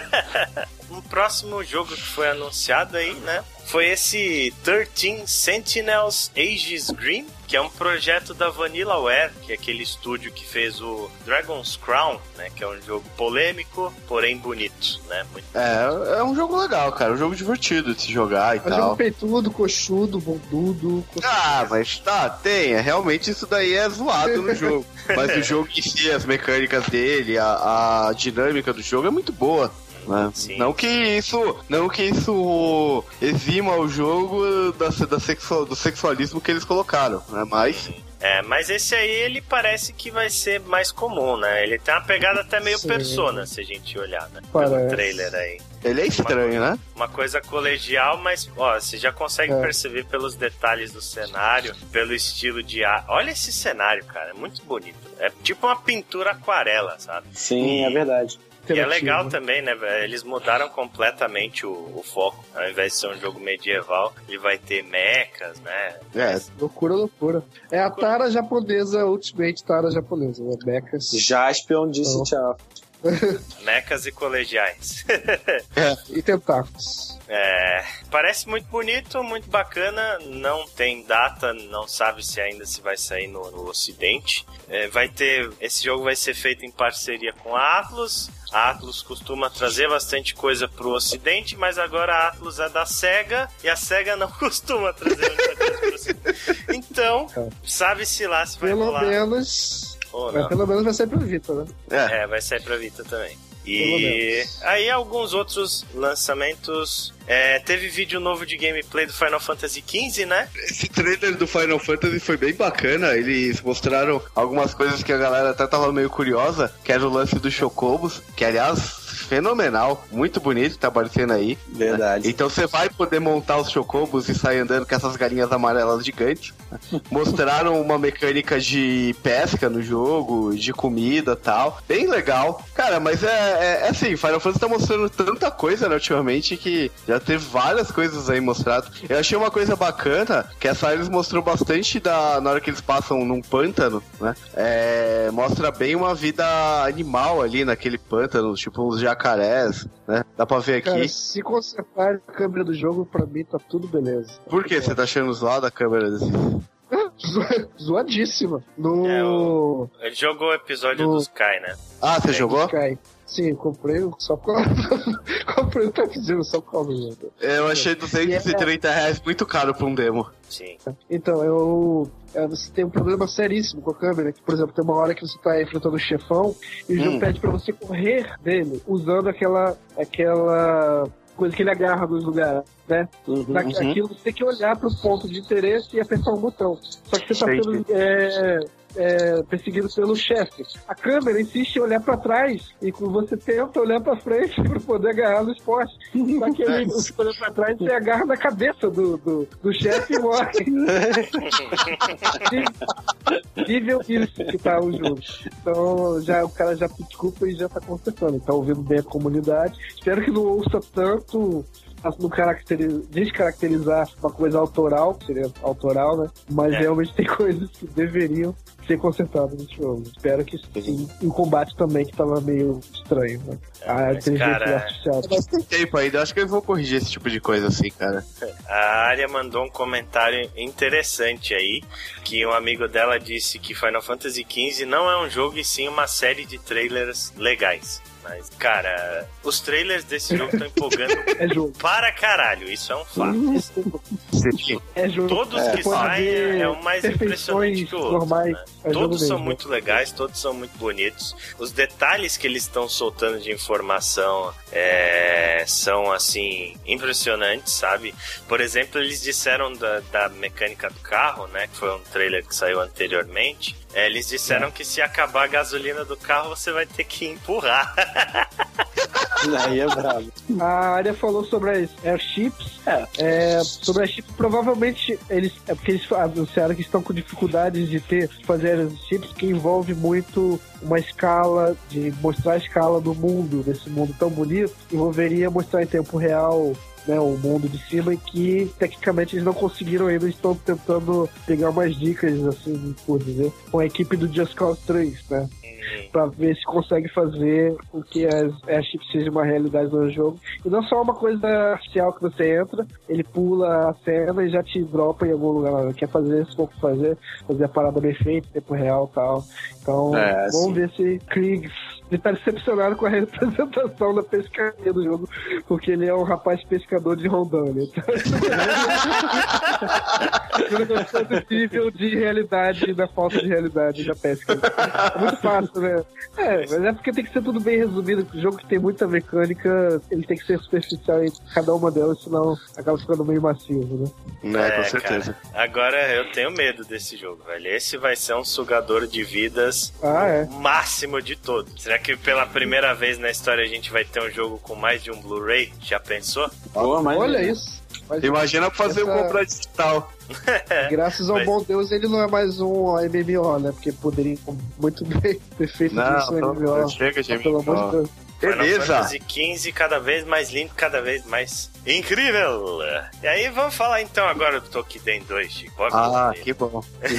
Um próximo jogo que foi anunciado aí, né, foi esse treze Sentinels Aegis Green, que é um projeto da Vanillaware, que é aquele estúdio que fez o Dragon's Crown, né, que é um jogo polêmico, porém bonito, né? Muito... É, é um jogo legal, cara, um jogo divertido de se jogar e é tal. É um jogo peitudo, coxudo, bundudo... Coxudo. Ah, mas tá, tem, é, realmente isso daí é zoado no jogo. Mas o jogo em si, as mecânicas dele, a, a dinâmica do jogo é muito boa. Né? Não que isso não que isso exima o jogo da, da sexual, do sexualismo que eles colocaram, né? Mas é, mas esse aí ele parece que vai ser mais comum, né? Ele tem uma pegada até meio Sim. Persona, se a gente olhar, né? Parece. Pelo trailer aí. Ele é estranho, uma, né? Uma coisa colegial, mas ó, você já consegue é. perceber pelos detalhes do cenário, pelo estilo de ar. Olha esse cenário, cara, é muito bonito. É tipo uma pintura aquarela, sabe? Sim, e... é verdade. E é legal também, né, velho? Eles mudaram completamente o, o foco. Ao invés de ser um jogo medieval, ele vai ter mechas, né? É, loucura, loucura. É a Tara japonesa, Ultimate Tara japonesa, né? Mechas. Jaspion disse tchau. Mechas e colegiais. É, e tentáculos. É, parece muito bonito, muito bacana. Não tem data, não sabe se ainda se vai sair no, no Ocidente. É, vai ter, esse jogo vai ser feito em parceria com a Atlus. A Atlus costuma trazer bastante coisa pro Ocidente, mas agora a Atlus é da SEGA e a SEGA não costuma trazer muita coisa pro Ocidente. Então, sabe-se lá se vai Pelo rolar. menos... Mas pelo menos vai sair pra Vita, né? É, é vai sair pra Vita também. E aí alguns outros lançamentos. É, teve vídeo novo de gameplay do Final Fantasy quinze, né? Esse trailer do Final Fantasy foi bem bacana. Eles mostraram algumas coisas que a galera até tava meio curiosa, que era o lance dos Chocobos, que aliás, fenomenal, muito bonito, tá aparecendo aí. Verdade. Né? Então você vai poder montar os Chocobos e sair andando com essas galinhas amarelas gigantes. Mostraram uma mecânica de pesca no jogo, de comida e tal. Bem legal. Cara, mas é, é, é assim, Final Fantasy tá mostrando tanta coisa, né, ultimamente, que já Deve ter várias coisas aí mostradas. Eu achei uma coisa bacana, que essa eles mostrou bastante da, na hora que eles passam num pântano, né? É, mostra bem uma vida animal ali naquele pântano, tipo uns jacarés, né? Dá pra ver aqui. Cara, se consertar a câmera do jogo, pra mim tá tudo beleza. Por que você tá achando zoada a câmera desse? Zoadíssima. No... É, o... Ele jogou o episódio no... do Sky, né? Ah, você é, jogou? Sky. Sim, eu comprei só por causa. comprei o Tapzinho só por causa do jogo. Eu achei duzentos e trinta reais muito caro pra um demo. Sim. Então, eu. Você tem um problema seríssimo com a câmera, que, por exemplo, tem uma hora que você tá enfrentando o chefão e o hum. jogo pede pra você correr dele usando aquela. aquela. coisa que ele agarra nos lugares, né? Uhum, Aquilo uhum. você tem que olhar pro ponto de interesse e apertar um botão. Só que você tá sendo é, é, perseguido pelo chefe. A câmera insiste em olhar pra trás e você tenta olhar pra frente pra poder agarrar nos postes. Só que ele olha pra trás e você agarra na cabeça do, do, do chefe e morre. Nível isso que tá o jogo. Então já, o cara já pediu desculpa e já tá consertando. Tá ouvindo bem a comunidade. Espero que não ouça tanto no caracteriz... descaracterizar uma coisa autoral, que seria autoral, né? Mas é. realmente tem coisas que deveriam ser consertadas nesse jogo. Espero que sim. Em combate também, que tava meio estranho, né? É, a inteligência cara... artificial. Mas tem tempo ainda, acho que eu vou corrigir esse tipo de coisa assim, cara. A Arya mandou um comentário interessante aí, que um amigo dela disse que Final Fantasy quinze não é um jogo e sim uma série de trailers legais. Mas, cara, os trailers desse jogo estão empolgando é jogo. para caralho, isso é um fato. É jogo. Todos é, que saem é, é o mais impressionante que o outro. Normais, né? é todos são mesmo. muito legais, todos são muito bonitos. Os detalhes que eles estão soltando de informação é, são, assim, impressionantes, sabe? Por exemplo, eles disseram da, da mecânica do carro, né? Que foi um trailer que saiu anteriormente. É, eles disseram é. que se acabar a gasolina do carro, você vai ter que empurrar. Aí é bravo. A área falou sobre as airships. É. É, sobre as airships, provavelmente eles. É porque eles anunciaram que estão com dificuldades de ter fazer as airships, que envolve muito uma escala, de mostrar a escala do mundo, desse mundo tão bonito, envolveria mostrar em tempo real. Né, o mundo de cima, e que tecnicamente eles não conseguiram ainda, estão tentando pegar umas dicas, assim, por dizer, com a equipe do Just Cause três, né? Pra ver se consegue fazer com que as airships seja uma realidade no jogo. E não só uma coisa artificial que você entra, ele pula a cena e já te dropa em algum lugar. Quer fazer, se for fazer, fazer a parada bem feita, tempo real e tal. Então, é, vamos sim. ver se Krieg ele tá decepcionado com a representação da pescaria do jogo, porque ele é um rapaz pescador de Rondônia. Então, eu não gostou do nível de realidade, da falta de realidade da pesca. É muito fácil, né? É, mas é porque tem que ser tudo bem resumido. O jogo que tem muita mecânica, ele tem que ser superficial em cada uma delas, senão acaba ficando meio massivo, né? É, com certeza. Cara, agora eu tenho medo desse jogo, velho. Esse vai ser um sugador de vidas ah, é. máximo de todos. Será que pela primeira vez na história a gente vai ter um jogo com mais de um Blu-ray? Já pensou? Boa, mas olha é. isso. Mas imagina fazer essa... o comprar digital. Graças ao mas... bom Deus, ele não é mais um M M O, né? Porque poderia muito bem ter feito não, isso no M M O. Chega de pelo amor de Deus. Beleza. Final Fantasy quinze cada vez mais lindo, cada vez mais incrível. E aí vamos falar então agora do Tokiden dois, Chico. Ah, que bom.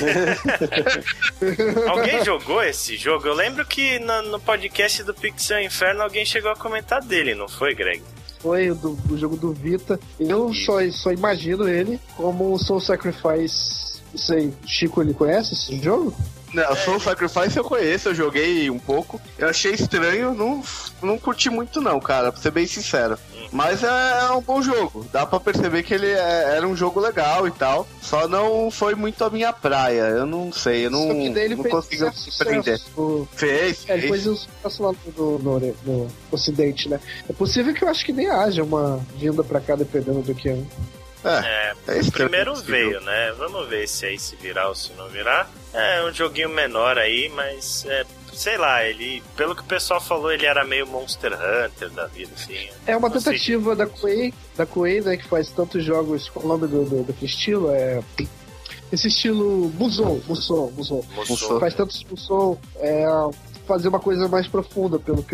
Alguém jogou esse jogo? Eu lembro que no, no podcast do Pixel Inferno alguém chegou a comentar dele, não foi, Greg? Foi do, do jogo do Vita. Eu só, só imagino ele como o Soul Sacrifice. Não sei, Chico, ele conhece esse jogo? Não, Soul Sacrifice eu conheço, eu joguei um pouco. Eu achei estranho, não, não curti muito não, cara, pra ser bem sincero. Mas é, é um bom jogo, dá pra perceber que ele é, era um jogo legal e tal. Só não foi muito a minha praia, eu não sei, eu não, não consigo aprender. O... Fez, é, depois fez. Os lá no, no, no Ocidente, né? É possível que eu acho que nem haja uma vinda pra cá, dependendo do que é. É, é, o primeiro veio, né? Vamos ver se aí se virar ou se não virar. É um joguinho menor aí, mas é, sei lá, ele, pelo que o pessoal falou, ele era meio Monster Hunter da vida, assim. É uma tentativa da Koei, da Koei, né, que faz tantos jogos com o nome do, do, do estilo, é... Esse estilo Musou, Musou, Musou. Musou. Faz tantos Musou, é... fazer uma coisa mais profunda, pelo que eu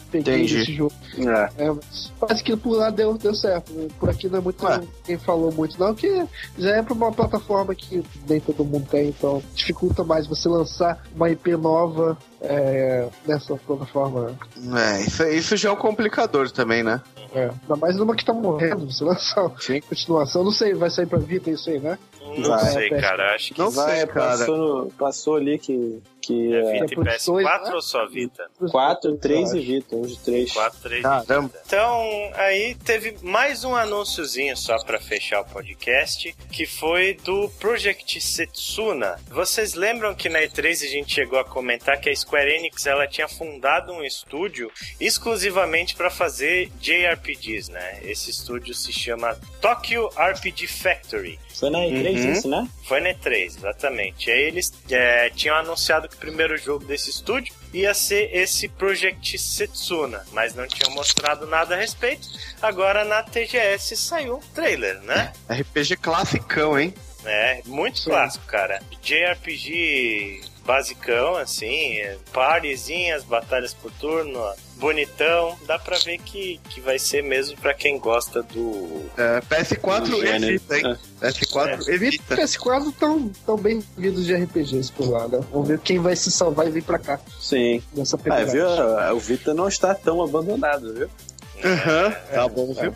peguei Entendi. esse jogo. É. É, mas parece que por lá deu, deu certo. Né? Por aqui não é muito. Ué. Quem falou muito, não, que já é pra uma plataforma que nem todo mundo tem, então dificulta mais você lançar uma I P nova é, nessa plataforma. É, isso, isso já é um complicador também, né? É. Ainda mais numa que tá morrendo, você lançar uma continuação. Não sei, vai sair pra Vita isso aí, né? Não Vai, sei, é, cara. Acho que Não Vai, sei, cara. passou, passou ali que. que é é, Vita e P S quatro ou só Vita? quatro, três e Vita, uns três. quatro, três Caramba. Vita. Então, aí teve mais um anúnciozinho só pra fechar o podcast, que foi do Project Setsuna. Vocês lembram que na E três a gente chegou a comentar que a Square Enix ela tinha fundado um estúdio exclusivamente pra fazer J R P Gs, né? Esse estúdio se chama Tokyo R P G Factory. Foi na E três Uhum. isso, né? Foi na E três, exatamente. Aí eles é, tinham anunciado que o primeiro jogo desse estúdio ia ser esse Project Setsuna, mas não tinham mostrado nada a respeito. Agora na T G S saiu um trailer, né? R P G classicão, hein? É, muito clássico, cara. J R P G basicão, assim, partyzinhas, batalhas por turno, bonitão. Dá pra ver que, que vai ser mesmo pra quem gosta do... É, P S quatro Do gênero. evita, hein? P S quatro Vita e evita. P S quatro estão tão bem vindo de R P Gs por lá, né? Vamos ver quem vai se salvar e vir pra cá Sim. nessa Ah, pegada. viu? O Vita não está tão abandonado, viu? Aham, tá bom, viu?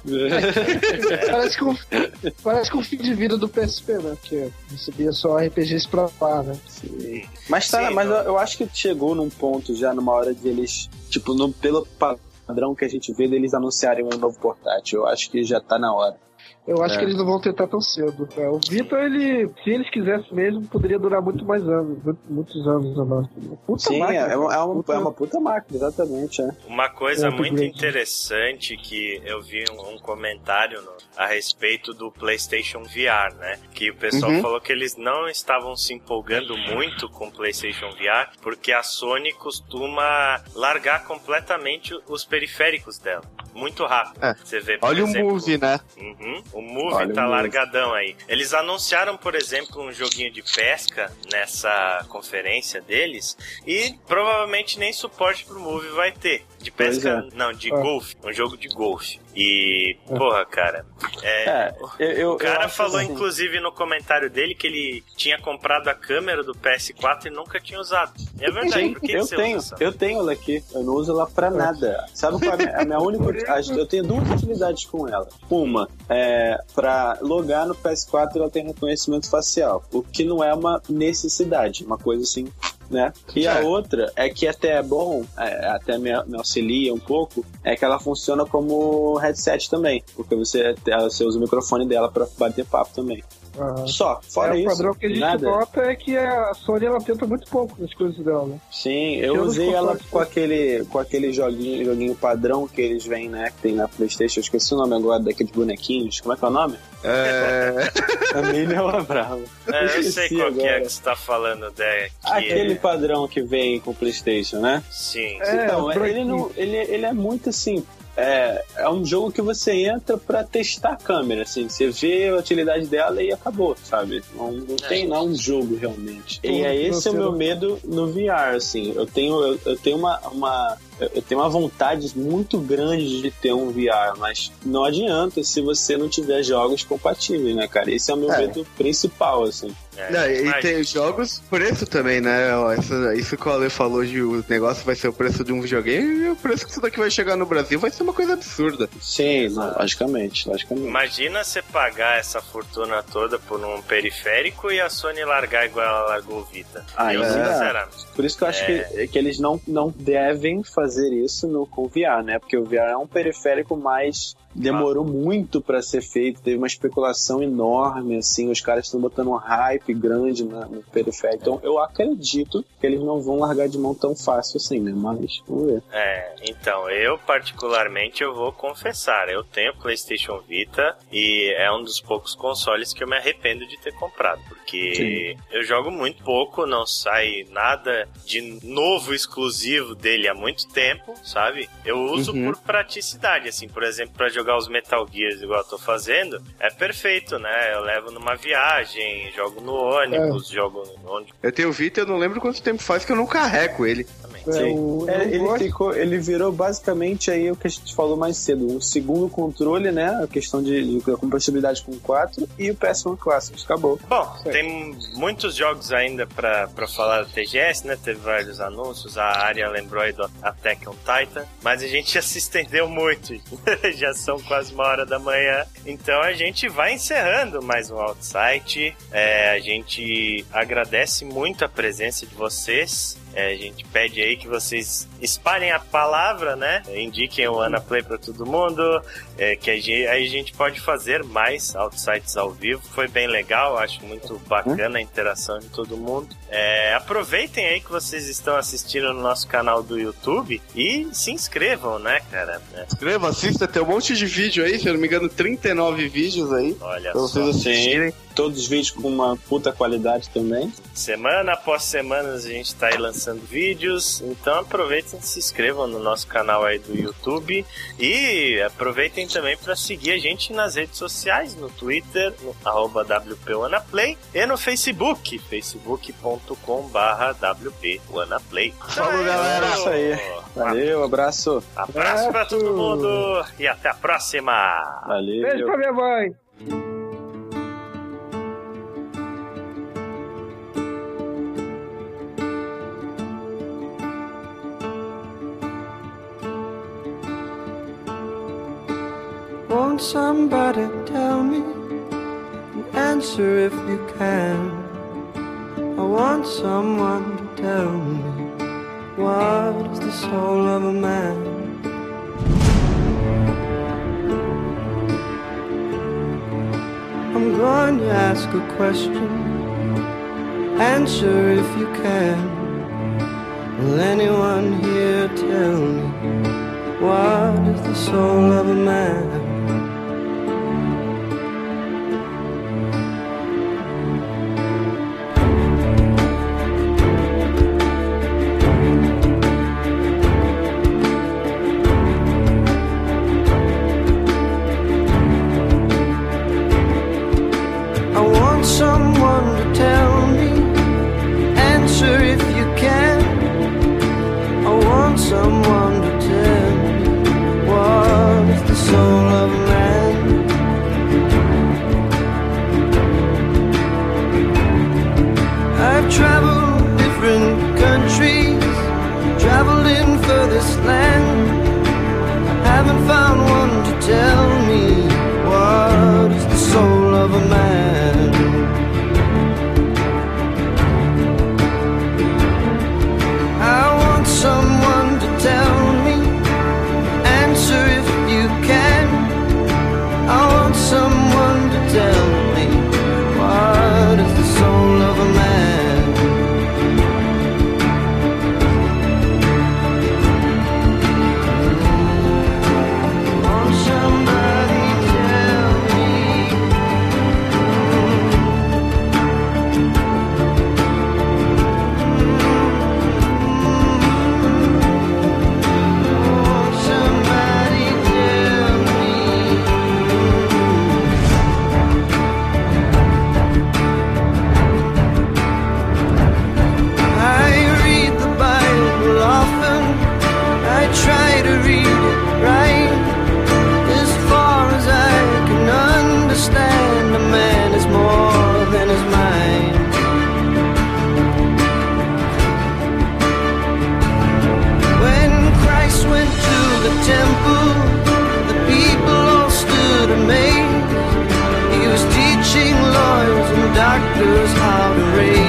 Parece que, o, parece que o fim de vida do P S P, né? Porque recebia só R P Gs pra lá, né? Sim. Mas tá, Sim, mas não. eu, eu acho que chegou num ponto já, numa hora de eles, tipo, no, pelo padrão que a gente vê deles anunciarem um novo portátil. Eu acho que já tá na hora. Eu acho É. que eles não vão tentar tão cedo. Né? O Vita, ele, se eles quisessem mesmo, poderia durar muito mais anos, muito- muitos anos a mais. Puta Sim, máquina, é, é, uma, é uma- puta- é uma puta máquina, exatamente. É. Uma coisa É, muito upgrade. interessante que eu vi um, um comentário no- a respeito do PlayStation V R, né? Que o pessoal Uhum. falou que eles não estavam se empolgando muito com o PlayStation V R porque a Sony costuma largar completamente os periféricos dela. Muito rápido. É. Você vê, por Olha o exemplo, Move, né? Uhum. O Move Olha o tá Move. largadão aí. Eles anunciaram, por exemplo, um joguinho de pesca nessa conferência deles e provavelmente nem suporte pro Move vai ter. De Pois pesca, não, de É. golfe. Um jogo de golfe. E, porra, cara, é... É, eu, eu, O cara eu acho falou, assim, inclusive, no comentário dele que ele tinha comprado a câmera do P S quatro e nunca tinha usado. E é verdade, Sim, por que, que eu você tenho, usa essa? eu tenho ela aqui, eu não uso ela pra nada. Sabe qual é a minha, a minha única. a- Eu tenho duas utilidades com ela. Uma é pra logar no P S quatro ela tem reconhecimento facial, o que não é uma necessidade, uma coisa assim, né? E a É. outra é que até é bom, é, até me, me auxilia um pouco, é que ela funciona como headset também, porque você, você usa o microfone dela pra bater papo também. Ah, Só, fora é, isso, o padrão que a gente nada. nota é que a Sony ela tenta muito pouco nas coisas dela, né? Sim, eu Tirando os usei ela consoles. com aquele, com aquele joguinho, joguinho padrão que eles vêm, né? Que tem na PlayStation. Eu esqueci o nome agora daqueles bonequinhos. Como é que é o nome? É... A Mini ela brava. É, eu sei esqueci qual que é agora. que você tá falando, né? Que Aquele é- padrão que vem com o PlayStation, né? Sim. É, então, o ele, branquinho. não, ele, ele é muito assim. É, é um jogo que você entra pra testar a câmera, assim, você vê a utilidade dela e acabou, sabe? Não, não tem não é um jogo realmente. E é esse o meu medo no V R, assim. Eu tenho, eu, eu tenho uma, uma eu tenho uma vontade muito grande de ter um V R, mas não adianta se você não tiver jogos compatíveis, né, cara? Esse é o meu É. medo principal, assim. É, Não, e mas- tem jogos, preço também, né? Ó, essa- isso que o Ale falou de o negócio vai ser o preço de um videogame e o preço que isso daqui vai chegar no Brasil vai ser uma coisa absurda. Sim, não, logicamente, logicamente. Imagina você pagar essa fortuna toda por um periférico e a Sony largar igual ela largou o Vita. Ah, eu, é. sinceramente. Por isso que eu acho É. que, que eles não, não devem fazer isso no, com o V R, né? Porque o V R é um periférico mais... Demorou muito pra ser feito, teve uma especulação enorme, assim, os caras estão botando um hype grande na, no periférico. Então eu acredito que eles não vão largar de mão tão fácil assim, né? Mas vamos ver. É, então, eu particularmente eu vou confessar, eu tenho PlayStation Vita e é um dos poucos consoles que eu me arrependo de ter comprado, porque eu jogo muito pouco, não sai nada de novo exclusivo dele há muito tempo, sabe? Eu uso uhum. por praticidade, assim, por exemplo, pra jogar os Metal Gears igual eu tô fazendo, é perfeito, né? Eu levo numa viagem, jogo no ônibus, é. jogo onde... Eu tenho o Vita, eu não lembro quanto tempo faz que eu não carrego ele. É, o, é, ele, ficou, ele virou basicamente aí o que a gente falou mais cedo, o segundo controle, né, a questão de, de compatibilidade com o quatro e o P S um Classic, acabou. Bom, tem muitos jogos ainda pra, pra falar do T G S, né, teve vários anúncios, a Arya lembrou aí do Attack on Titan, mas a gente já se estendeu muito, já são quase uma hora da manhã, então a gente vai encerrando mais um Outsite, é, a gente agradece muito a presença de vocês. É, a gente pede aí que vocês espalhem a palavra, né? Indiquem o Anaplay para todo mundo, é, que a gente, aí a gente pode fazer mais Outsites ao vivo. Foi bem legal, acho muito bacana a interação de todo mundo. É, aproveitem aí que vocês estão assistindo no nosso canal do YouTube e se inscrevam, né, cara? É. Inscreva, assista, tem um monte de vídeo aí, se eu não me engano, trinta e nove vídeos aí. Olha pra vocês assistirem. Sim. Todos os vídeos com uma puta qualidade também. Semana após semana a gente tá aí lançando vídeos, então aproveitem e se inscrevam no nosso canal aí do YouTube e aproveitem também para seguir a gente nas redes sociais, no Twitter, no arroba W P Wanaplay e no Facebook, facebook ponto com barra W P Wanaplay. Falou, galera! É isso aí. Valeu, abraço. Abraço para todo mundo e até a próxima! Valeu! Beijo pra minha mãe! Won't somebody tell me an answer if you can? I want someone to tell me what is the soul of a man? I'm going to ask a question, answer if you can. Will anyone here tell me what is the soul of a man? Someone to tell me, answer if you can. I want someone to tell me what is the soul of a man. I've traveled different countries, traveled in furthest land. I haven't found one to tell me what is the soul of a man. Someone to tell me, answer if you can. I want someone to tell me what is the soul of a man. I want somebody to tell me. Try to read it right. As far as I can understand, a man is more than his mind. When Christ went to the temple, the people all stood amazed. He was teaching lawyers and doctors how to raise